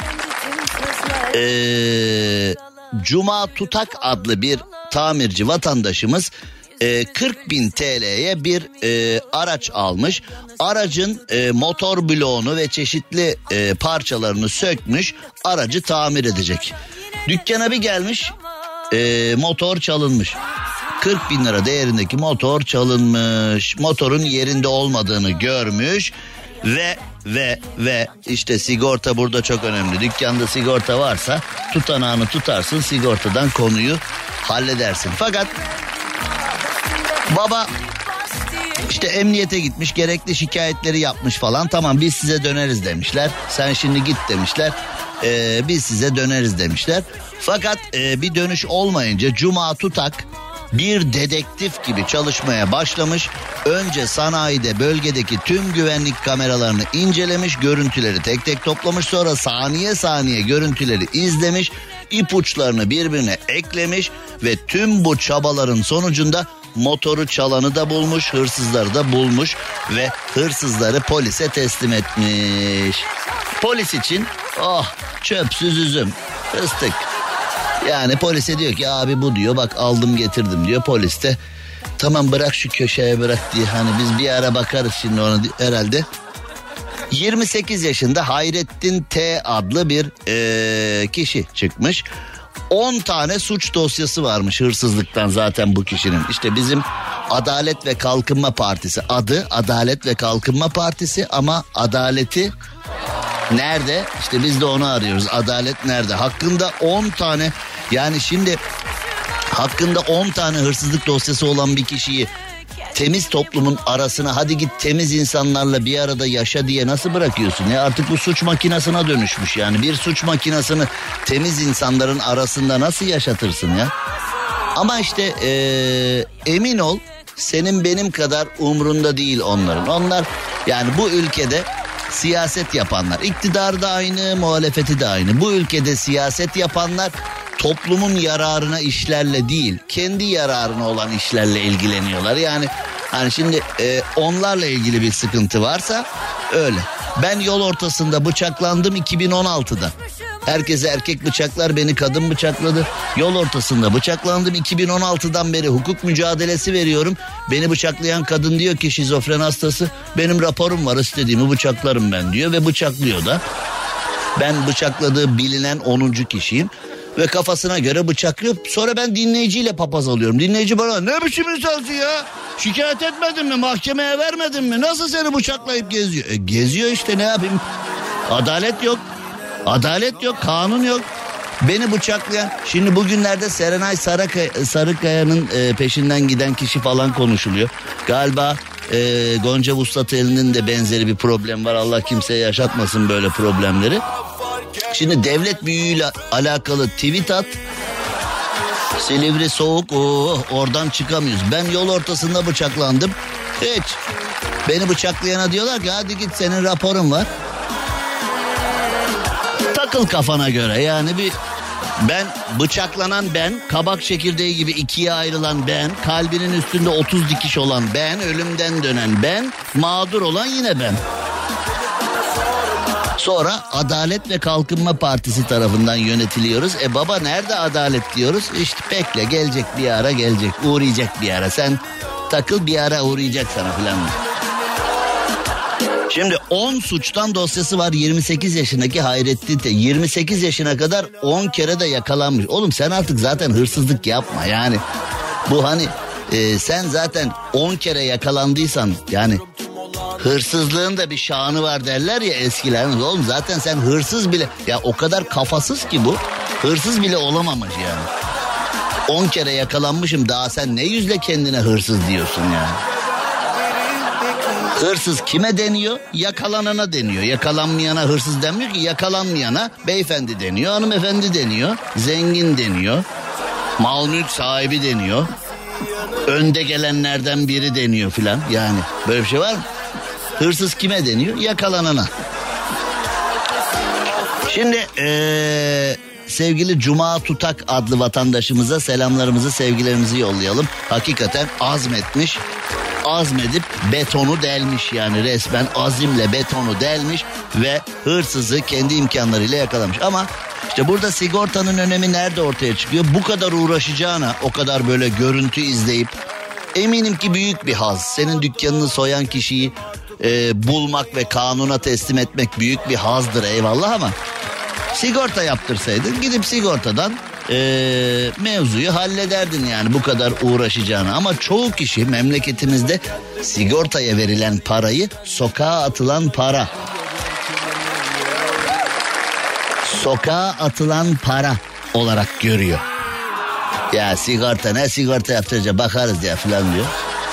ee, Cuma Tutak adlı bir tamirci vatandaşımız e, kırk bin T L'ye bir e, araç almış. Aracın e, motor bloğunu ve çeşitli e, parçalarını sökmüş. Aracı tamir edecek. Dükkana bir gelmiş, e, motor çalınmış. kırk bin lira değerindeki motor çalınmış. Motorun yerinde olmadığını görmüş ve ve ve işte sigorta burada çok önemli. Dükkanda sigorta varsa tutanağını tutarsın, sigortadan konuyu halledersin. Fakat baba işte emniyete gitmiş, gerekli şikayetleri yapmış falan. Tamam, biz size döneriz demişler. Sen şimdi git demişler. Ee, biz size döneriz demişler. Fakat e, bir dönüş olmayınca Cuma Tutak bir dedektif gibi çalışmaya başlamış. Önce sanayide bölgedeki tüm güvenlik kameralarını incelemiş, görüntüleri tek tek toplamış, sonra saniye saniye görüntüleri izlemiş, ipuçlarını birbirine eklemiş ve tüm bu çabaların sonucunda motoru çalanı da bulmuş, hırsızları da bulmuş ve hırsızları polise teslim etmiş. Polis için oh çöpsüz üzüm, fıstık. Yani polise diyor ki abi bu diyor, bak aldım getirdim diyor. Polis de tamam bırak şu köşeye bırak diye, hani biz bir ara bakarız şimdi ona herhalde. yirmi sekiz yaşında Hayrettin T adlı bir ee, kişi çıkmış. on tane suç dosyası varmış hırsızlıktan zaten bu kişinin. İşte bizim Adalet ve Kalkınma Partisi, adı Adalet ve Kalkınma Partisi ama adaleti nerede? İşte biz de onu arıyoruz. Adalet nerede? Hakkında on tane, yani şimdi hakkında on tane hırsızlık dosyası olan bir kişiyi temiz toplumun arasına, hadi git temiz insanlarla bir arada yaşa diye nasıl bırakıyorsun? Ya artık bu suç makinasına dönüşmüş yani. Bir suç makinasını temiz insanların arasında nasıl yaşatırsın ya? Ama işte ee, emin ol senin benim kadar umrunda değil onların. Onlar yani bu ülkede siyaset yapanlar, iktidar da aynı, muhalefeti de aynı. Bu ülkede siyaset yapanlar toplumun yararına işlerle değil, kendi yararına olan işlerle ilgileniyorlar. Yani hani şimdi e, onlarla ilgili bir sıkıntı varsa öyle. Ben yol ortasında bıçaklandım iki bin on altıda. Herkese erkek bıçaklar, beni kadın bıçakladı. Yol ortasında bıçaklandım, iki bin on altıdan beri hukuk mücadelesi veriyorum. Beni bıçaklayan kadın diyor ki şizofren hastası, benim raporum var, istediğimi bıçaklarım ben diyor ve bıçaklıyor da. Ben bıçakladığı bilinen onuncu kişiyim ve kafasına göre bıçaklıyor. Sonra ben dinleyiciyle papaz alıyorum. Dinleyici bana ne biçim insansın ya? Şikayet etmedin mi? Mahkemeye vermedin mi? Nasıl seni bıçaklayıp geziyor? E, geziyor işte, ne yapayım? Adalet yok. Adalet yok, kanun yok. Beni bıçaklayan, şimdi bugünlerde Serenay Sarıkaya, Sarıkaya'nın e, peşinden giden kişi falan konuşuluyor. Galiba e, Gonca Vuslatel'in de benzeri bir problem var. Allah kimseye yaşatmasın böyle problemleri. Şimdi devlet büyüğüyle alakalı tweet at. Silivri soğuk, oh, oradan çıkamıyoruz. Ben yol ortasında bıçaklandım. Hiç. Beni bıçaklayana diyorlar ki hadi git senin raporun var. Takıl kafana göre yani. Bir ben bıçaklanan ben, kabak çekirdeği gibi ikiye ayrılan ben, kalbinin üstünde otuz dikiş olan ben, ölümden dönen ben, mağdur olan yine ben. Sonra Adalet ve Kalkınma Partisi tarafından yönetiliyoruz. E baba nerede adalet diyoruz? İşte bekle, gelecek bir ara, gelecek, uğrayacak bir ara. Sen takıl, bir ara uğrayacak sana filan. Şimdi on suçtan dosyası var yirmi sekiz yaşındaki Hayrettin T. yirmi sekiz yaşına kadar on kere de yakalanmış. Oğlum sen artık zaten hırsızlık yapma yani. Bu hani e, sen zaten on kere yakalandıysan yani hırsızlığın da bir şanı var derler ya eskiler. Oğlum zaten sen hırsız bile, ya o kadar kafasız ki bu, hırsız bile olamamış yani. on kere yakalanmışım, daha sen ne yüzle kendine hırsız diyorsun yani. Hırsız kime deniyor? Yakalanana deniyor. Yakalanmayana hırsız denmiyor ki. Yakalanmayana beyefendi deniyor, hanımefendi deniyor, zengin deniyor, mal mülk sahibi deniyor, önde gelenlerden biri deniyor filan. Yani böyle bir şey var mı? Hırsız kime deniyor? Yakalanana. Şimdi ee, sevgili Cuma Tutak adlı vatandaşımıza selamlarımızı, sevgilerimizi yollayalım. Hakikaten azmetmiş. Azmedip betonu delmiş, yani resmen azimle betonu delmiş ve hırsızı kendi imkanlarıyla yakalamış. Ama işte burada sigortanın önemi nerede ortaya çıkıyor? Bu kadar uğraşacağına, o kadar böyle görüntü izleyip, eminim ki büyük bir haz. Senin dükkanını soyan kişiyi e, bulmak ve kanuna teslim etmek büyük bir hazdır, eyvallah, ama sigorta yaptırsaydın gidip sigortadan e, mevzuyu hallederdin, yani bu kadar uğraşacağına. Ama çoğu kişi memleketimizde sigortaya verilen parayı sokağa atılan para, sokağa atılan para olarak görüyor. Ya sigorta ne, sigorta yaptıracak, bakarız ya falan diyor.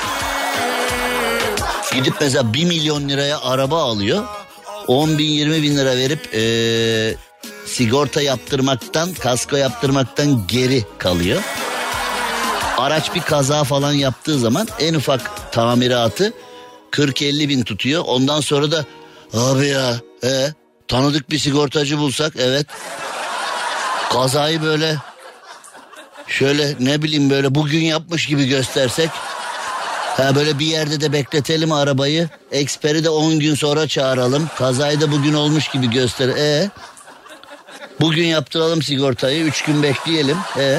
Gidip mesela bir milyon liraya araba alıyor, on bin yirmi bin lira verip ee, sigorta yaptırmaktan, kasko yaptırmaktan geri kalıyor. Araç bir kaza falan yaptığı zaman en ufak tamiratı kırk elli bin tutuyor. Ondan sonra da abi ya he, tanıdık bir sigortacı bulsak, evet, kazayı böyle şöyle ne bileyim böyle bugün yapmış gibi göstersek, ha böyle bir yerde de bekletelim arabayı, eksperi de on gün sonra çağıralım, kazayı da bugün olmuş gibi göster. E bugün yaptıralım sigortayı, üç gün bekleyelim. E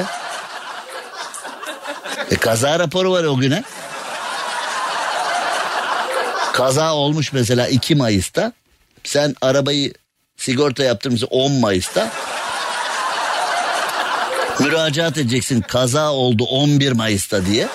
e kaza raporu var o güne. Kaza olmuş mesela iki Mayıs'ta. Sen arabayı sigorta yaptırmışsın on Mayıs'ta. Müracaat edeceksin, kaza oldu on bir Mayıs'ta diye.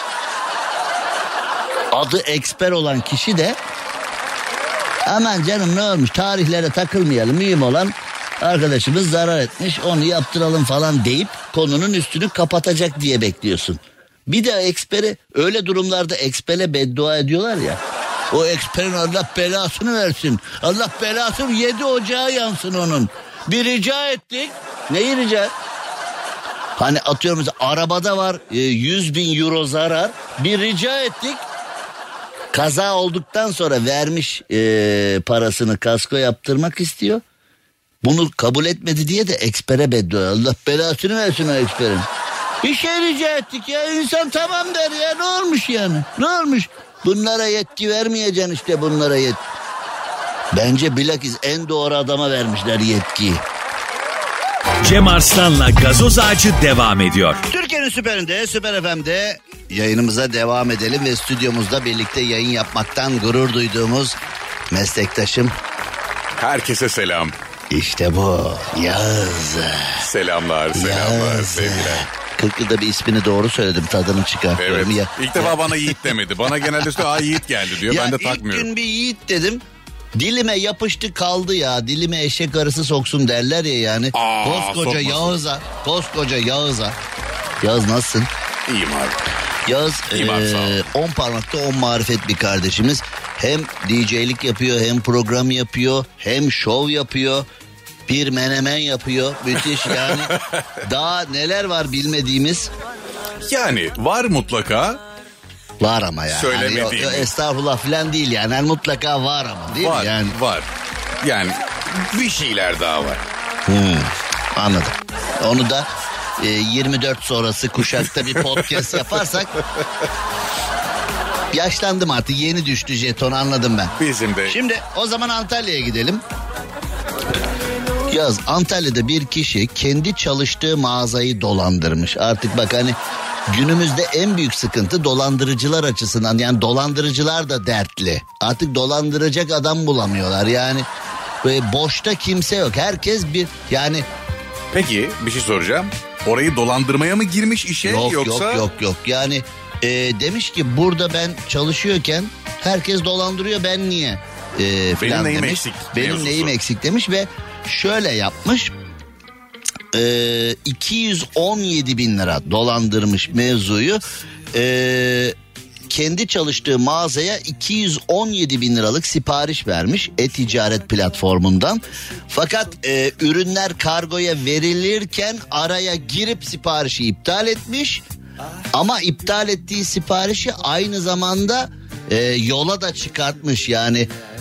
Adı eksper olan kişi de aman canım ne olmuş, tarihlere takılmayalım, mühim olan arkadaşımız zarar etmiş, onu yaptıralım falan deyip konunun üstünü kapatacak diye bekliyorsun. Bir de eksperi, öyle durumlarda ekspere beddua ediyorlar ya. O eksperin Allah belasını versin, Allah belasını, yedi ocağı yansın onun. Bir rica ettik. Neyi rica? Hani atıyorum mesela arabada var yüz bin euro zarar, bir rica ettik. Kaza olduktan sonra vermiş e, parasını, kasko yaptırmak istiyor. Bunu kabul etmedi diye de ekspere beddua. Allah belasını versin o eksperin. Bir şey rica ettik ya, insan tamam der ya, ne olmuş yani, ne olmuş? Bunlara yetki vermeyeceksin işte, bunlara yetki. Bence bilakis en doğru adama vermişler yetkiyi.
Cem Arslan'la Gazoz Ağacı devam ediyor.
Türkiye'nin süperinde, Süper F M'de yayınımıza devam edelim ve stüdyomuzda birlikte yayın yapmaktan gurur duyduğumuz meslektaşım.
Herkese selam.
İşte bu Yağız.
Selamlar, selamlar,
Yağız.
sevgiler.
kırk yılda bir ismini doğru söyledim, tadını çıkartıyorum.
Evet.
Ya.
İlk defa bana Yiğit demedi. Bana genelde söylüyor, aa Yiğit geldi diyor.
Ya
ben de
ilk
takmıyorum.
gün bir Yiğit dedim. Dilime yapıştı kaldı ya. Dilime eşek arısı soksun derler ya yani.
Aa,
koskoca
sokmasın.
Yağız'a. Koskoca Yağız'a. Yağız nasılsın?
İyiyim abi.
Yağız
İyiyim abi, sağ ol.
on parmakta on marifet bir kardeşimiz. Hem D J'lik yapıyor, hem program yapıyor, hem şov yapıyor. Bir menemen yapıyor. Müthiş yani. Daha neler var bilmediğimiz.
Yani var mutlaka.
Var ama yani.
Söylemediğim.
Hani, yo, yo, estağfurullah falan değil yani. yani. Mutlaka var ama değil
Var,
mi? Yani.
var. Yani bir şeyler daha var.
Hmm, anladım. Onu da e, yirmi dört sonrası kuşakta bir podcast yaparsak. Yaşlandım artık, yeni düştü jeton, anladım ben.
Bizim de.
Şimdi o zaman Antalya'ya gidelim. Yaz, Antalya'da bir kişi kendi çalıştığı mağazayı dolandırmış. Artık bak hani günümüzde en büyük sıkıntı dolandırıcılar açısından, yani dolandırıcılar da dertli. Artık dolandıracak adam bulamıyorlar yani. Böyle boşta kimse yok, herkes bir yani.
Peki bir şey soracağım. Orayı dolandırmaya mı girmiş işe
Yok
yoksa?
yok yok yok yani e, demiş ki burada ben çalışıyorken herkes dolandırıyor, ben niye? E,
Benim neyim
demiş.
eksik
Benim
mevzusu.
neyim eksik demiş ve şöyle yapmış. E, iki yüz on yedi bin lira dolandırmış mevzuyu. E, kendi çalıştığı mağazaya iki yüz on yedi bin liralık sipariş vermiş e-ticaret platformundan. Fakat e, ürünler kargoya verilirken araya girip siparişi iptal etmiş. Ama iptal ettiği siparişi aynı zamanda e, yola da çıkartmış yani.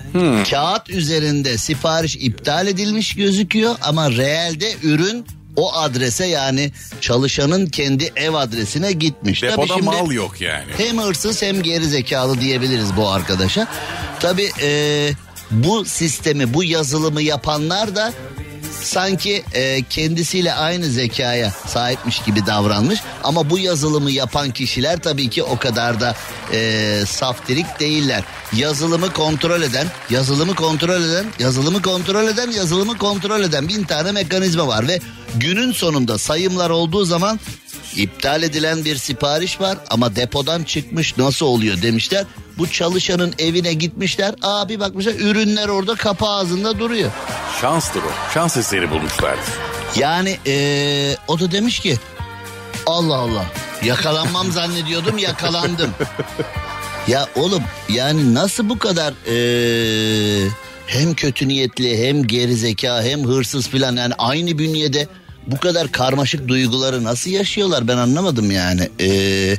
Hmm. Kağıt üzerinde sipariş iptal edilmiş gözüküyor ama reelde ürün o adrese, yani çalışanın kendi ev adresine gitmiş.
Depoda
Tabii şimdi
mal yok yani.
Hem hırsız hem gerizekalı diyebiliriz bu arkadaşa. Tabii e, bu sistemi, bu yazılımı yapanlar da sanki e, kendisiyle aynı zekaya sahipmiş gibi davranmış. Ama bu yazılımı yapan kişiler tabii ki o kadar da e, saftirik değiller. Yazılımı kontrol eden, yazılımı kontrol eden, yazılımı kontrol eden, yazılımı kontrol eden bin tane mekanizma var. Ve günün sonunda sayımlar olduğu zaman iptal edilen bir sipariş var ama depodan çıkmış, nasıl oluyor demişler. Bu çalışanın evine gitmişler. Abi bakmışlar, ürünler orada kapı ağzında duruyor.
Şanstır o. Şans eseri bulmuşlardır.
Yani ee, o da demiş ki Allah Allah, yakalanmam zannediyordum, yakalandım. Ya oğlum, yani nasıl bu kadar ee, hem kötü niyetli hem gerizeka hem hırsız filan, yani aynı bünyede bu kadar karmaşık duyguları nasıl yaşıyorlar, ben anlamadım yani. Eee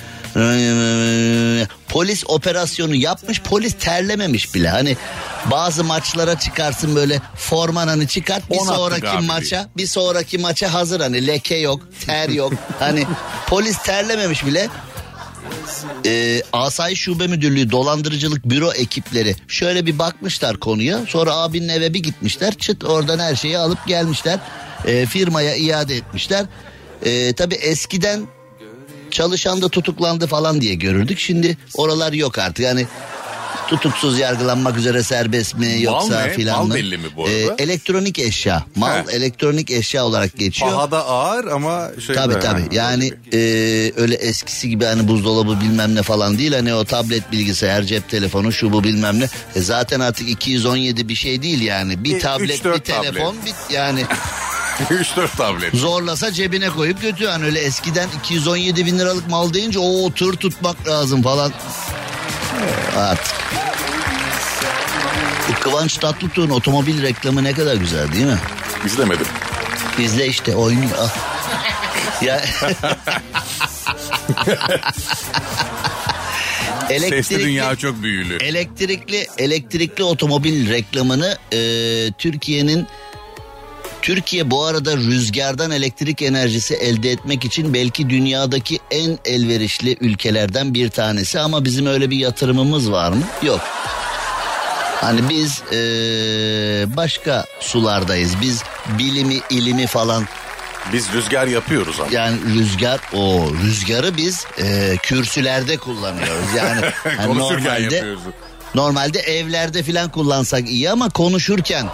Polis operasyonu yapmış, polis terlememiş bile. Hani bazı maçlara çıkarsın böyle, forman hani çıkart, bir sonraki maça bir sonraki maça hazır, hani leke yok, ter yok. Hani polis terlememiş bile. Ee, Asayiş Şube Müdürlüğü Dolandırıcılık Büro ekipleri şöyle bir bakmışlar konuya. Sonra abinin eve bir gitmişler, çıt oradan her şeyi alıp gelmişler. Ee, firmaya iade etmişler. Ee, tabii eskiden çalışan da tutuklandı falan diye görürdük. Şimdi oralar yok artık. Yani tutuksuz yargılanmak üzere serbest mi yoksa filan mı?
Mal belli mi bu arada?
Ee, elektronik eşya. Mal He. elektronik eşya olarak geçiyor.
Pahada ağır ama şey.
Tabii tabii. Ha, yani e, öyle eskisi gibi hani buzdolabı bilmem ne falan değil. Hani o tablet, bilgisayar, cep telefonu, şu bu bilmem ne. E zaten artık iki yüz on yedi bir şey değil yani. Bir e, tablet, bir telefon, tablet. bir yani...
üç dört tablet.
Zorlasa cebine koyup götürüyor. Yani öyle eskiden iki yüz on yedi bin liralık mal deyince o tır tutmak lazım falan. Artık. Bu Kıvanç Tatlıtuğ'un otomobil reklamı ne kadar güzel değil mi?
İzlemedim.
İzle işte, oynuyor. Ya...
Elektrikli, sesli dünya çok büyülü.
Elektrikli elektrikli otomobil reklamını e, Türkiye'nin Türkiye bu arada rüzgardan elektrik enerjisi elde etmek için belki dünyadaki en elverişli ülkelerden bir tanesi, ama bizim öyle bir yatırımımız var mı? Yok. Hani biz ee, başka sulardayız. Biz bilimi, ilimi falan.
Biz rüzgar yapıyoruz ama.
Yani rüzgar, o rüzgarı biz e, kürsülerde kullanıyoruz. Yani, yani normalde normalde evlerde falan kullansak iyi ama konuşurken.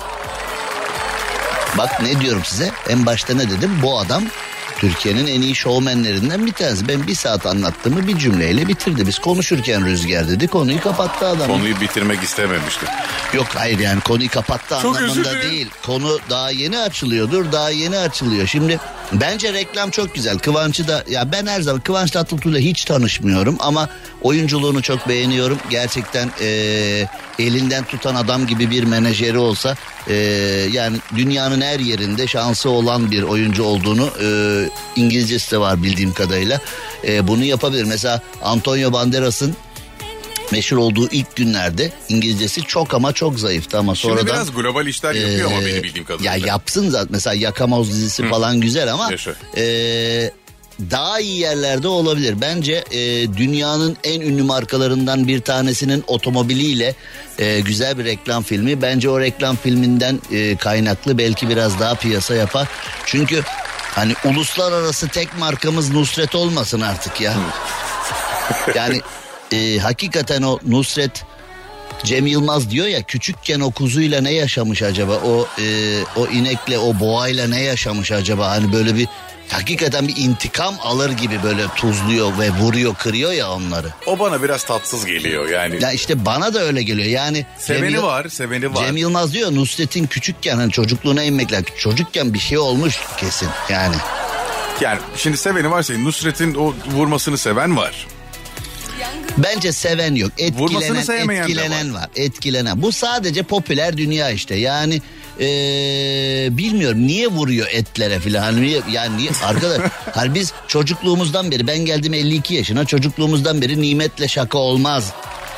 Bak ne diyorum size, en başta ne dedim, bu adam Türkiye'nin en iyi şovmenlerinden bir tanesi. Ben bir saat anlattığımı bir cümleyle bitirdi. Biz konuşurken rüzgar dedi, konuyu kapattı adam.
Konuyu bitirmek istememişti.
Yok hayır, yani konuyu kapattı çok anlamında değil. Konu daha yeni açılıyordur, daha yeni açılıyor. Şimdi bence reklam çok güzel. Kıvanç'ı da, ya ben her zaman Kıvanç Tatlıtuğ'la hiç tanışmıyorum ama oyunculuğunu çok beğeniyorum. Gerçekten ee, elinden tutan adam gibi bir menajeri olsa ee, yani dünyanın her yerinde şansı olan bir oyuncu olduğunu, ee, İngilizcesi de var bildiğim kadarıyla, ee, bunu yapabilir. Mesela Antonio Banderas'ın meşhur olduğu ilk günlerde İngilizcesi çok ama çok zayıftı ama sonradan...
Şimdi biraz global işler yapıyor e, ama benim bildiğim kadarıyla.
Ya yapsın zaten, mesela Yakamoz dizisi Hı. falan güzel ama e, daha iyi yerlerde olabilir. Bence e, dünyanın en ünlü markalarından bir tanesinin otomobiliyle e, güzel bir reklam filmi. Bence o reklam filminden e, kaynaklı belki biraz daha piyasa yapar. Çünkü hani uluslararası tek markamız Nusret olmasın artık ya. Yani... Ee, hakikaten o Nusret, Cem Yılmaz diyor ya, küçükken o kuzuyla ne yaşamış acaba, o e, o inekle, o boğayla ne yaşamış acaba, hani böyle bir hakikaten bir intikam alır gibi böyle tuzluyor ve vuruyor, kırıyor ya onları.
O bana biraz tatsız geliyor yani.
Ya işte bana da öyle geliyor yani.
Seveni
Cem,
var seveni var.
Cem Yılmaz diyor Nusret'in küçükken hani çocukluğuna inmekle, çocukken bir şey olmuş kesin yani.
Yani şimdi seveni varsa Nusret'in o vurmasını seven var.
Bence seven yok. Etkilenen, etkilenen var. var. Etkilenen. Bu sadece popüler dünya işte. Yani ee, bilmiyorum niye vuruyor etlere filan. Hani yani niye arkadaş? Hani biz çocukluğumuzdan beri, ben geldim elli iki yaşına, çocukluğumuzdan beri nimetle şaka olmaz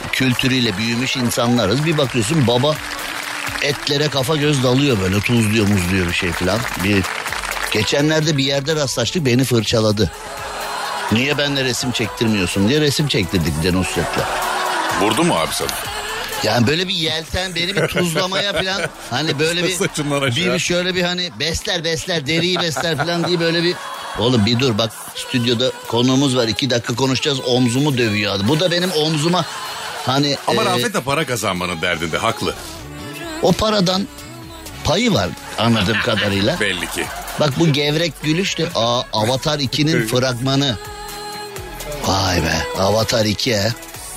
kültürüyle büyümüş insanlarız. Bir bakıyorsun baba etlere kafa göz dalıyor böyle, tuzluyor muzluyor bir şey falan. Bir geçenlerde bir yerde rastlaştık, beni fırçaladı. Niye benimle resim çektirmiyorsun diye resim çektirdik bir de Nusret'le.
Vurdu mu abi sana?
Yani böyle bir yelten beni bir tuzlamaya falan, hani böyle bir, bir şöyle bir hani besler besler deriyi besler falan diye böyle bir, oğlum bir dur bak stüdyoda konuğumuz var, iki dakika konuşacağız, omzumu dövüyor. Bu da benim omzuma hani.
Ama
e,
Rafet de para kazanmanın derdinde, haklı.
O paradan payı var anladığım kadarıyla.
Belli ki.
Bak bu gevrek gülüş de aa, Avatar iki'nin fragmanı. Vay be, Avatar iki he.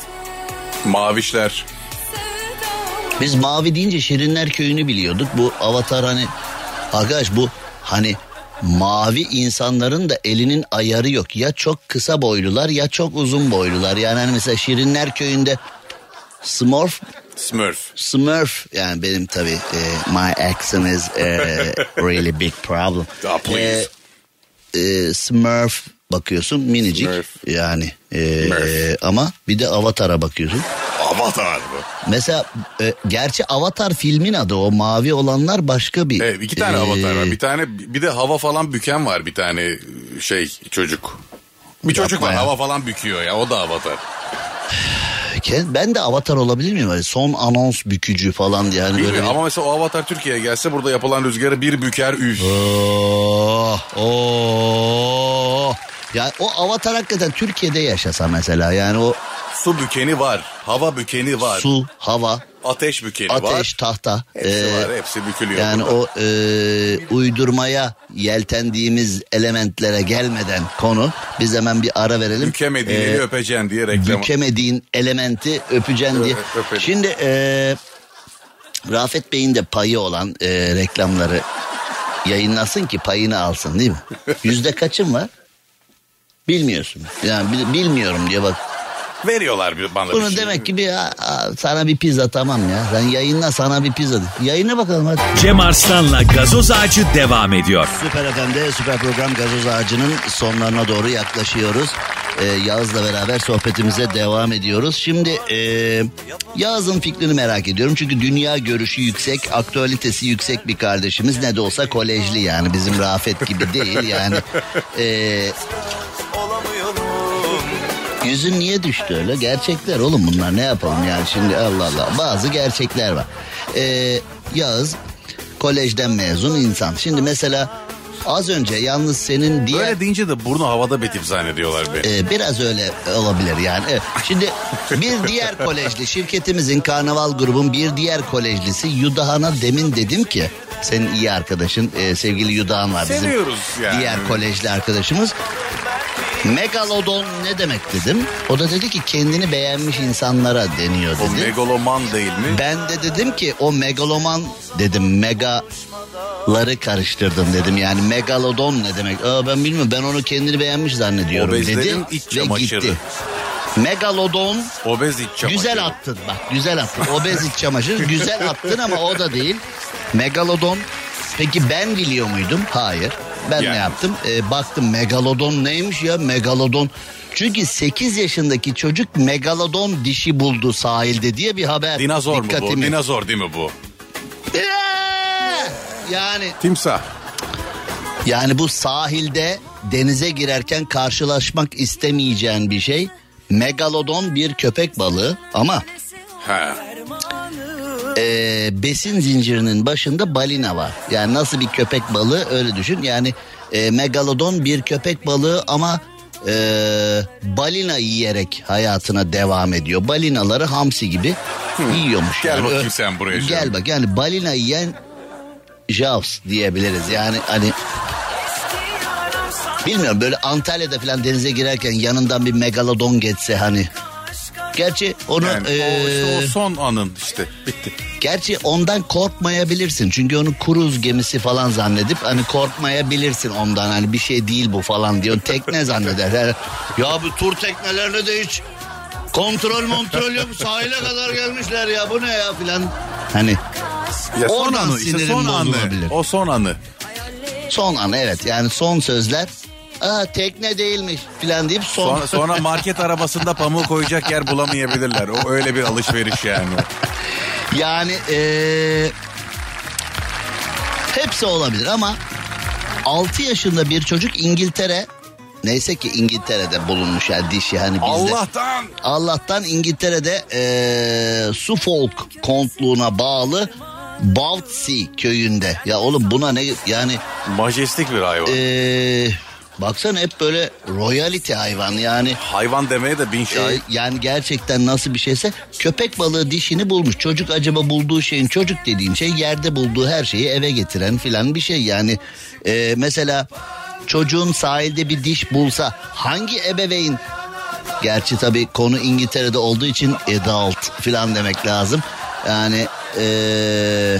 Mavişler.
Biz mavi deyince Şirinler Köyü'nü biliyorduk. Bu Avatar hani, arkadaş bu hani mavi insanların da elinin ayarı yok. Ya çok kısa boylular ya çok uzun boylular. Yani hani mesela Şirinler Köyü'nde Smurf
Smurf.
Smurf yani benim tabii e, my accent is a really big problem.
Oh, please.
E, e, Smurf bakıyorsun minicik Smurf. Yani e, ama bir de Avatar'a bakıyorsun.
Avatar mı?
Mesela e, gerçi Avatar filmin adı, o mavi olanlar başka bir.
Evet, iki tane
e,
Avatar var. Bir tane bir de hava falan büken var, bir tane şey çocuk. Bir çocuk var ya, hava falan büküyor ya, o da Avatar.
Ben de Avatar olabilir miyim? Böyle son anons bükücü falan diye. Yani böyle bir...
Ama mesela o Avatar Türkiye'ye gelse burada yapılan rüzgarı bir büker üf.
Oh, oh. Ya o Avatar hakikaten Türkiye'de yaşasa mesela, yani o.
Su bükeni var, hava bükeni var.
Su, hava.
Ateş bükeni
ateş,
var.
Ateş, tahta.
Hepsi ee, var, hepsi bükülüyor.
Yani
burada.
o e, uydurmaya yeltendiğimiz elementlere gelmeden konu, biz hemen bir ara verelim.
Bükemediğini ee, öpeceksin diye reklam.
Bükemediğin elementi öpeceksin diye. Öpelim. Şimdi e, Rafet Bey'in de payı olan e, reklamları yayınlasın ki payını alsın, değil mi? Yüzde kaçın var? Bilmiyorsun. Yani bilmiyorum diye bak.
Veriyorlar bana
bunu
bir şey.
Demek ki bir, a, a, sana bir pizza, tamam ya. Sen yayınla, sana bir pizza. Yayına bakalım hadi.
Cem Arslan'la Gazoz Ağacı devam ediyor.
Süper F M'de süper program Gazoz Ağacı'nın sonlarına doğru yaklaşıyoruz. Ee, Yağız'la beraber sohbetimize devam ediyoruz. Şimdi e, Yağız'ın fikrini merak ediyorum. Çünkü dünya görüşü yüksek, aktüalitesi yüksek bir kardeşimiz. Ne de olsa kolejli, yani bizim Rafet gibi değil. Yani e, yüzün niye düştü öyle? Gerçekler oğlum bunlar, ne yapalım yani şimdi, Allah Allah. Bazı gerçekler var. Ee, Yağız kolejden mezun insan. Şimdi mesela az önce yalnız senin diğer...
Böyle deyince de burnu havada betip zannediyorlar beni.
Ee, biraz öyle olabilir yani. Evet. Şimdi bir diğer kolejli, şirketimizin Karnaval grubun bir diğer kolejlisi Yudahan'a demin dedim ki, senin iyi arkadaşın e, sevgili Yudahan var bizim.
Seviyoruz yani.
Diğer kolejli arkadaşımız. Megalodon ne demek dedim. O da dedi ki kendini beğenmiş insanlara deniyor dedi.
O megaloman değil mi?
Ben de dedim ki o megaloman dedim, megaları karıştırdım dedim. Yani megalodon ne demek? Aa, ben bilmiyorum, ben onu kendini beğenmiş zannediyorum dedi ve gitti. Megalodon.
Obez iç çamaşırı.
Güzel attın bak, güzel attın. Obez iç çamaşırı güzel attın ama o da değil. Megalodon. Peki ben biliyor muydum? Hayır. Ben yani. Ne yaptım? Ee, baktım megalodon neymiş ya, megalodon. Çünkü sekiz yaşındaki çocuk megalodon dişi buldu sahilde diye bir haber.
Dinozor
Dikkatimi.
mu bu? Dinozor değil mi bu?
Ee, yani.
Timsah.
Yani bu sahilde denize girerken karşılaşmak istemeyeceğin bir şey. Megalodon bir köpek balığı ama.
Ha.
Ee, besin zincirinin başında balina var. Yani nasıl bir köpek balığı öyle düşün. Yani e, megalodon bir köpek balığı ama e, balina yiyerek hayatına devam ediyor. Balinaları hamsi gibi hmm. yiyormuş.
Gel
yani.
bakayım sen buraya.
Gel canım. Bak yani balina yiyen Jaws diyebiliriz. Yani hani bilmiyorum, böyle Antalya'da falan denize girerken yanından bir megalodon geçse hani. Gerçi onu
yani,
e,
o, işte o son anın işte bitti.
Gerçi ondan korkmayabilirsin. Çünkü onu kruz gemisi falan zannedip hani korkmayabilirsin ondan. Hani bir şey değil bu falan diyor. Tekne zanneder. Ya bu tur teknelerine de hiç kontrol montrol yok. Sahile kadar gelmişler ya, bu ne ya filan. Hani
ya son anı, işte son anı. O son anı.
Son anı, evet, yani son sözler aa tekne değilmiş filan deyip son...
Sonra, sonra market arabasında pamuğu koyacak yer bulamayabilirler. O öyle bir alışveriş yani.
Yani ee, hepsi olabilir ama altı yaşında bir çocuk İngiltere, neyse ki İngiltere'de bulunmuş yani dişi hani bizde.
Allah'tan.
Allah'tan İngiltere'de ee, Suffolk kontluğuna bağlı Boutsey köyünde. Ya oğlum buna ne yani.
Majestik bir hayvan.
Ee, baksana hep böyle royalty hayvan yani.
Hayvan demeye de bin şahit.
Ee, yani gerçekten nasıl bir şeyse köpek balığı dişini bulmuş. Çocuk acaba bulduğu şeyin, çocuk dediğin şey yerde bulduğu her şeyi eve getiren filan bir şey. Yani e, mesela çocuğun sahilde bir diş bulsa hangi ebeveyn, gerçi tabii konu İngiltere'de olduğu için adult filan demek lazım. Yani ee,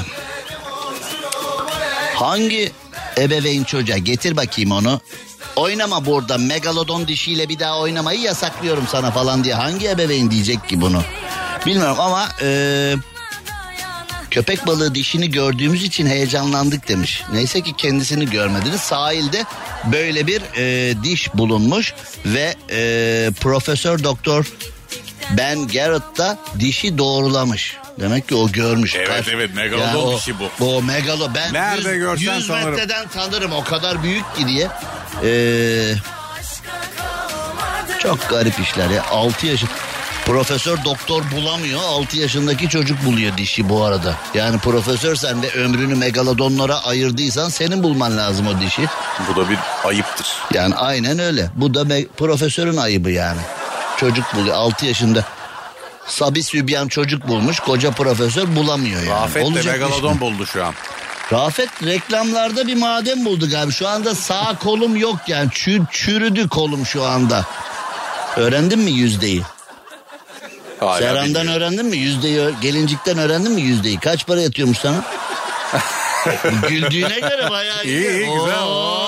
hangi ebeveyn çocuğa getir bakayım onu, oynama burada megalodon dişiyle bir daha oynamayı yasaklıyorum sana falan diye hangi ebeveyn diyecek ki bunu bilmiyorum ama ee, köpek balığı dişini gördüğümüz için heyecanlandık demiş. Neyse ki kendisini görmediniz. Sahilde böyle bir ee, diş bulunmuş ve ee, Profesör Doktor Ben Garrett da dişi doğrulamış. Demek ki o görmüş.
Evet
Kaç,
evet megalodon
yani o,
dişi bu.
O megalo ben
nerede
yüz,
görsen
yüz
tanırım.
metreden tanırım o kadar büyük ki diye. Ee, çok garip işler ya. altı yaşı Profesör doktor bulamıyor, altı yaşındaki çocuk buluyor dişi bu arada. Yani profesör sen ve ömrünü megalodonlara ayırdıysan senin bulman lazım o dişi.
Bu da bir ayıptır.
Yani aynen öyle. Bu da me- profesörün ayıbı yani. Çocuk buluyor altı yaşında. Sabi Sübyan çocuk bulmuş, koca profesör bulamıyor yani.
Rafet de
Olacak
megalodon
iş mi?
buldu şu an.
Rafet reklamlarda bir maden buldu galiba. Şu anda sağ kolum yok yani. Çür, çürüdü kolum şu anda. Öğrendin mi yüzdeyi?
Hala
Serhan'dan
bilmiyorum.
öğrendin mi? Yüzdeyi, gelincikten öğrendin mi yüzdeyi? Kaç para yatıyormuş sana? Güldüğüne göre bayağı iyi.
İyi, iyi, güzel.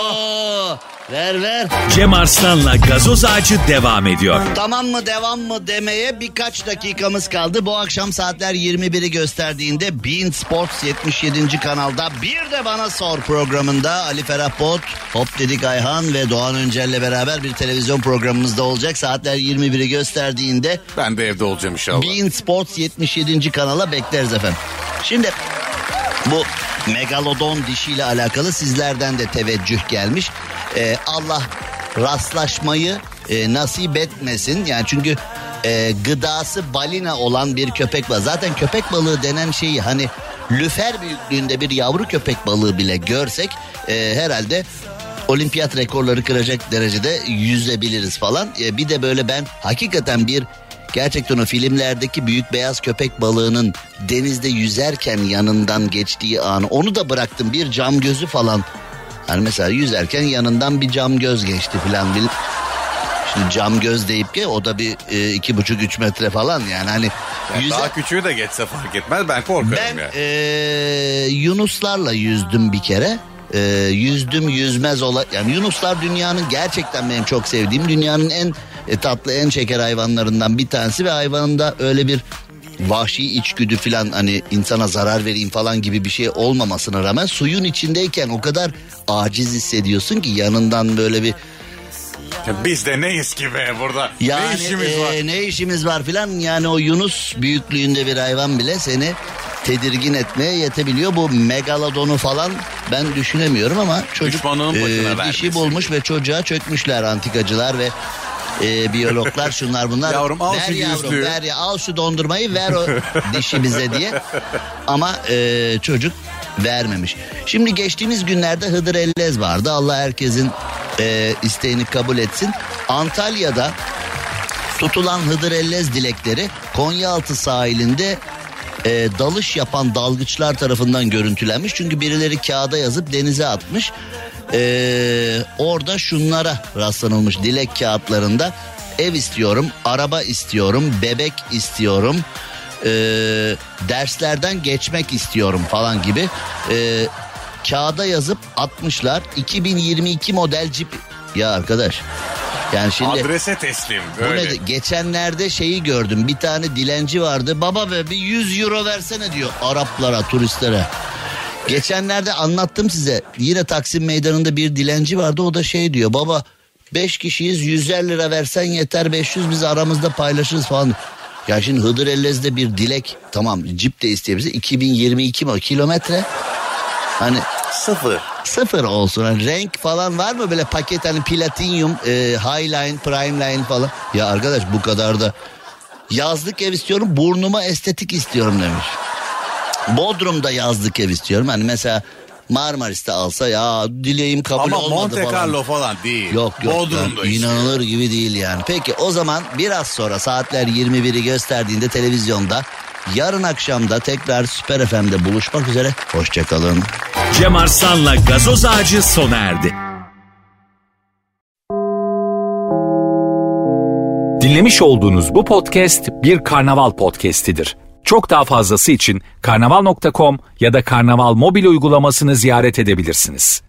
Oo, ver ver.
Cem Arslan'la gazoz ağacı devam ediyor.
Tamam mı devam mı demeye birkaç dakikamız kaldı. Bu akşam saatler yirmi biri gösterdiğinde beIN Sports yetmiş yedinci kanalda Bir de Bana Sor programında Ali Ferah Pot, Hop Dedik Ayhan ve Doğan Öncel'le beraber bir televizyon programımızda olacak. Saatler yirmi biri gösterdiğinde
Ben de evde olacağım inşallah.
beIN Sports yetmiş yedinci kanala bekleriz efendim. Şimdi bu megalodon dişiyle alakalı sizlerden de teveccüh gelmiş. Ee, Allah rastlaşmayı e, nasip etmesin. Yani çünkü e, gıdası balina olan bir köpek var. Zaten köpek balığı denen şeyi hani lüfer büyüklüğünde bir yavru köpek balığı bile görsek e, herhalde olimpiyat rekorları kıracak derecede yüzebiliriz falan. E, bir de böyle ben hakikaten bir gerçekten o filmlerdeki büyük beyaz köpek balığının denizde yüzerken yanından geçtiği anı, onu da bıraktım, bir cam gözü falan. Hani mesela yüzerken yanından bir cam göz geçti falan. Şimdi cam göz deyip ki o da bir e, iki buçuk üç metre falan yani hani.
Yani
yüze...
Daha küçüğü de geçse fark etmez, ben korkarım
Ben
yani.
e, yunuslarla yüzdüm bir kere. E, yüzdüm yüzmez ola yani yunuslar dünyanın gerçekten benim çok sevdiğim, dünyanın en e, tatlı en şeker hayvanlarından bir tanesi ve hayvanında öyle bir vahşi içgüdü falan hani insana zarar vereyim falan gibi bir şey olmamasına rağmen suyun içindeyken o kadar aciz hissediyorsun ki yanından böyle bir
Biz de neyiz ki be burada?
yani,
ne işimiz
e,
var?
ne işimiz var filan yani o yunus büyüklüğünde bir hayvan bile seni tedirgin etmeye yetebiliyor. Bu megalodonu falan ben düşünemiyorum ama çocuk
Düşmanının başına
e,
vermesin.
dişi bulmuş ve çocuğa çökmüş,ler antikacılar ve e, biyologlar şunlar bunlar.
Yavrum al
ver
şu
yavrum
yüzlüğü.
ver ya al şu dondurmayı ver o dişi bize diye. Ama e, çocuk vermemiş. Şimdi geçtiğimiz günlerde Hıdır Ellez vardı. Allah herkesin e, isteğini kabul etsin. Antalya'da tutulan Hıdır Ellez dilekleri Konyaaltı sahilinde e, dalış yapan dalgıçlar tarafından görüntülenmiş. Çünkü birileri kağıda yazıp denize atmış. E, orada şunlara rastlanılmış dilek kağıtlarında: ev istiyorum, araba istiyorum, bebek istiyorum, e, derslerden geçmek istiyorum falan gibi e, kağıda yazıp atmışlar. iki bin yirmi iki model Jeep. Ya arkadaş yani şimdi
Adrese teslim.
bu
Öyle.
ne? Geçenlerde şeyi gördüm, bir tane dilenci vardı, baba be bir yüz euro versene diyor Araplara, turistlere. Geçenlerde anlattım size, yine Taksim Meydanı'nda bir dilenci vardı, o da şey diyor, baba Beş kişiyiz, yüz elli lira versen yeter, beş yüz biz aramızda paylaşırız falan. Ya şimdi Hıdır Ellez'de bir dilek, tamam cip de isteyebiliriz. iki bin yirmi iki mi o kilometre? Hani
Sıfır.
sıfır olsun. Hani renk falan var mı böyle paket, hani platinyum, e, highline, primeline falan. Ya arkadaş bu kadar da. Yazlık ev istiyorum, burnuma estetik istiyorum demiş. Bodrum'da yazlık ev istiyorum. Hani mesela Marmaris'te alsa ya dileğim kabul
Ama
olmadı
Monte
falan.
Carlo falan değil.
Yok yok.
Bodrum'da
Yani
işte.
inanılır gibi değil yani. Peki o zaman biraz sonra saatler yirmi biri gösterdiğinde televizyonda, yarın akşamda tekrar Süper F M'de buluşmak üzere. Hoşçakalın.
Cem Arslan'la Gazoz Ağacı sona erdi.
Dinlemiş olduğunuz bu podcast bir karnaval podcastidir. Çok daha fazlası için karnaval nokta com ya da karnaval mobil uygulamasını ziyaret edebilirsiniz.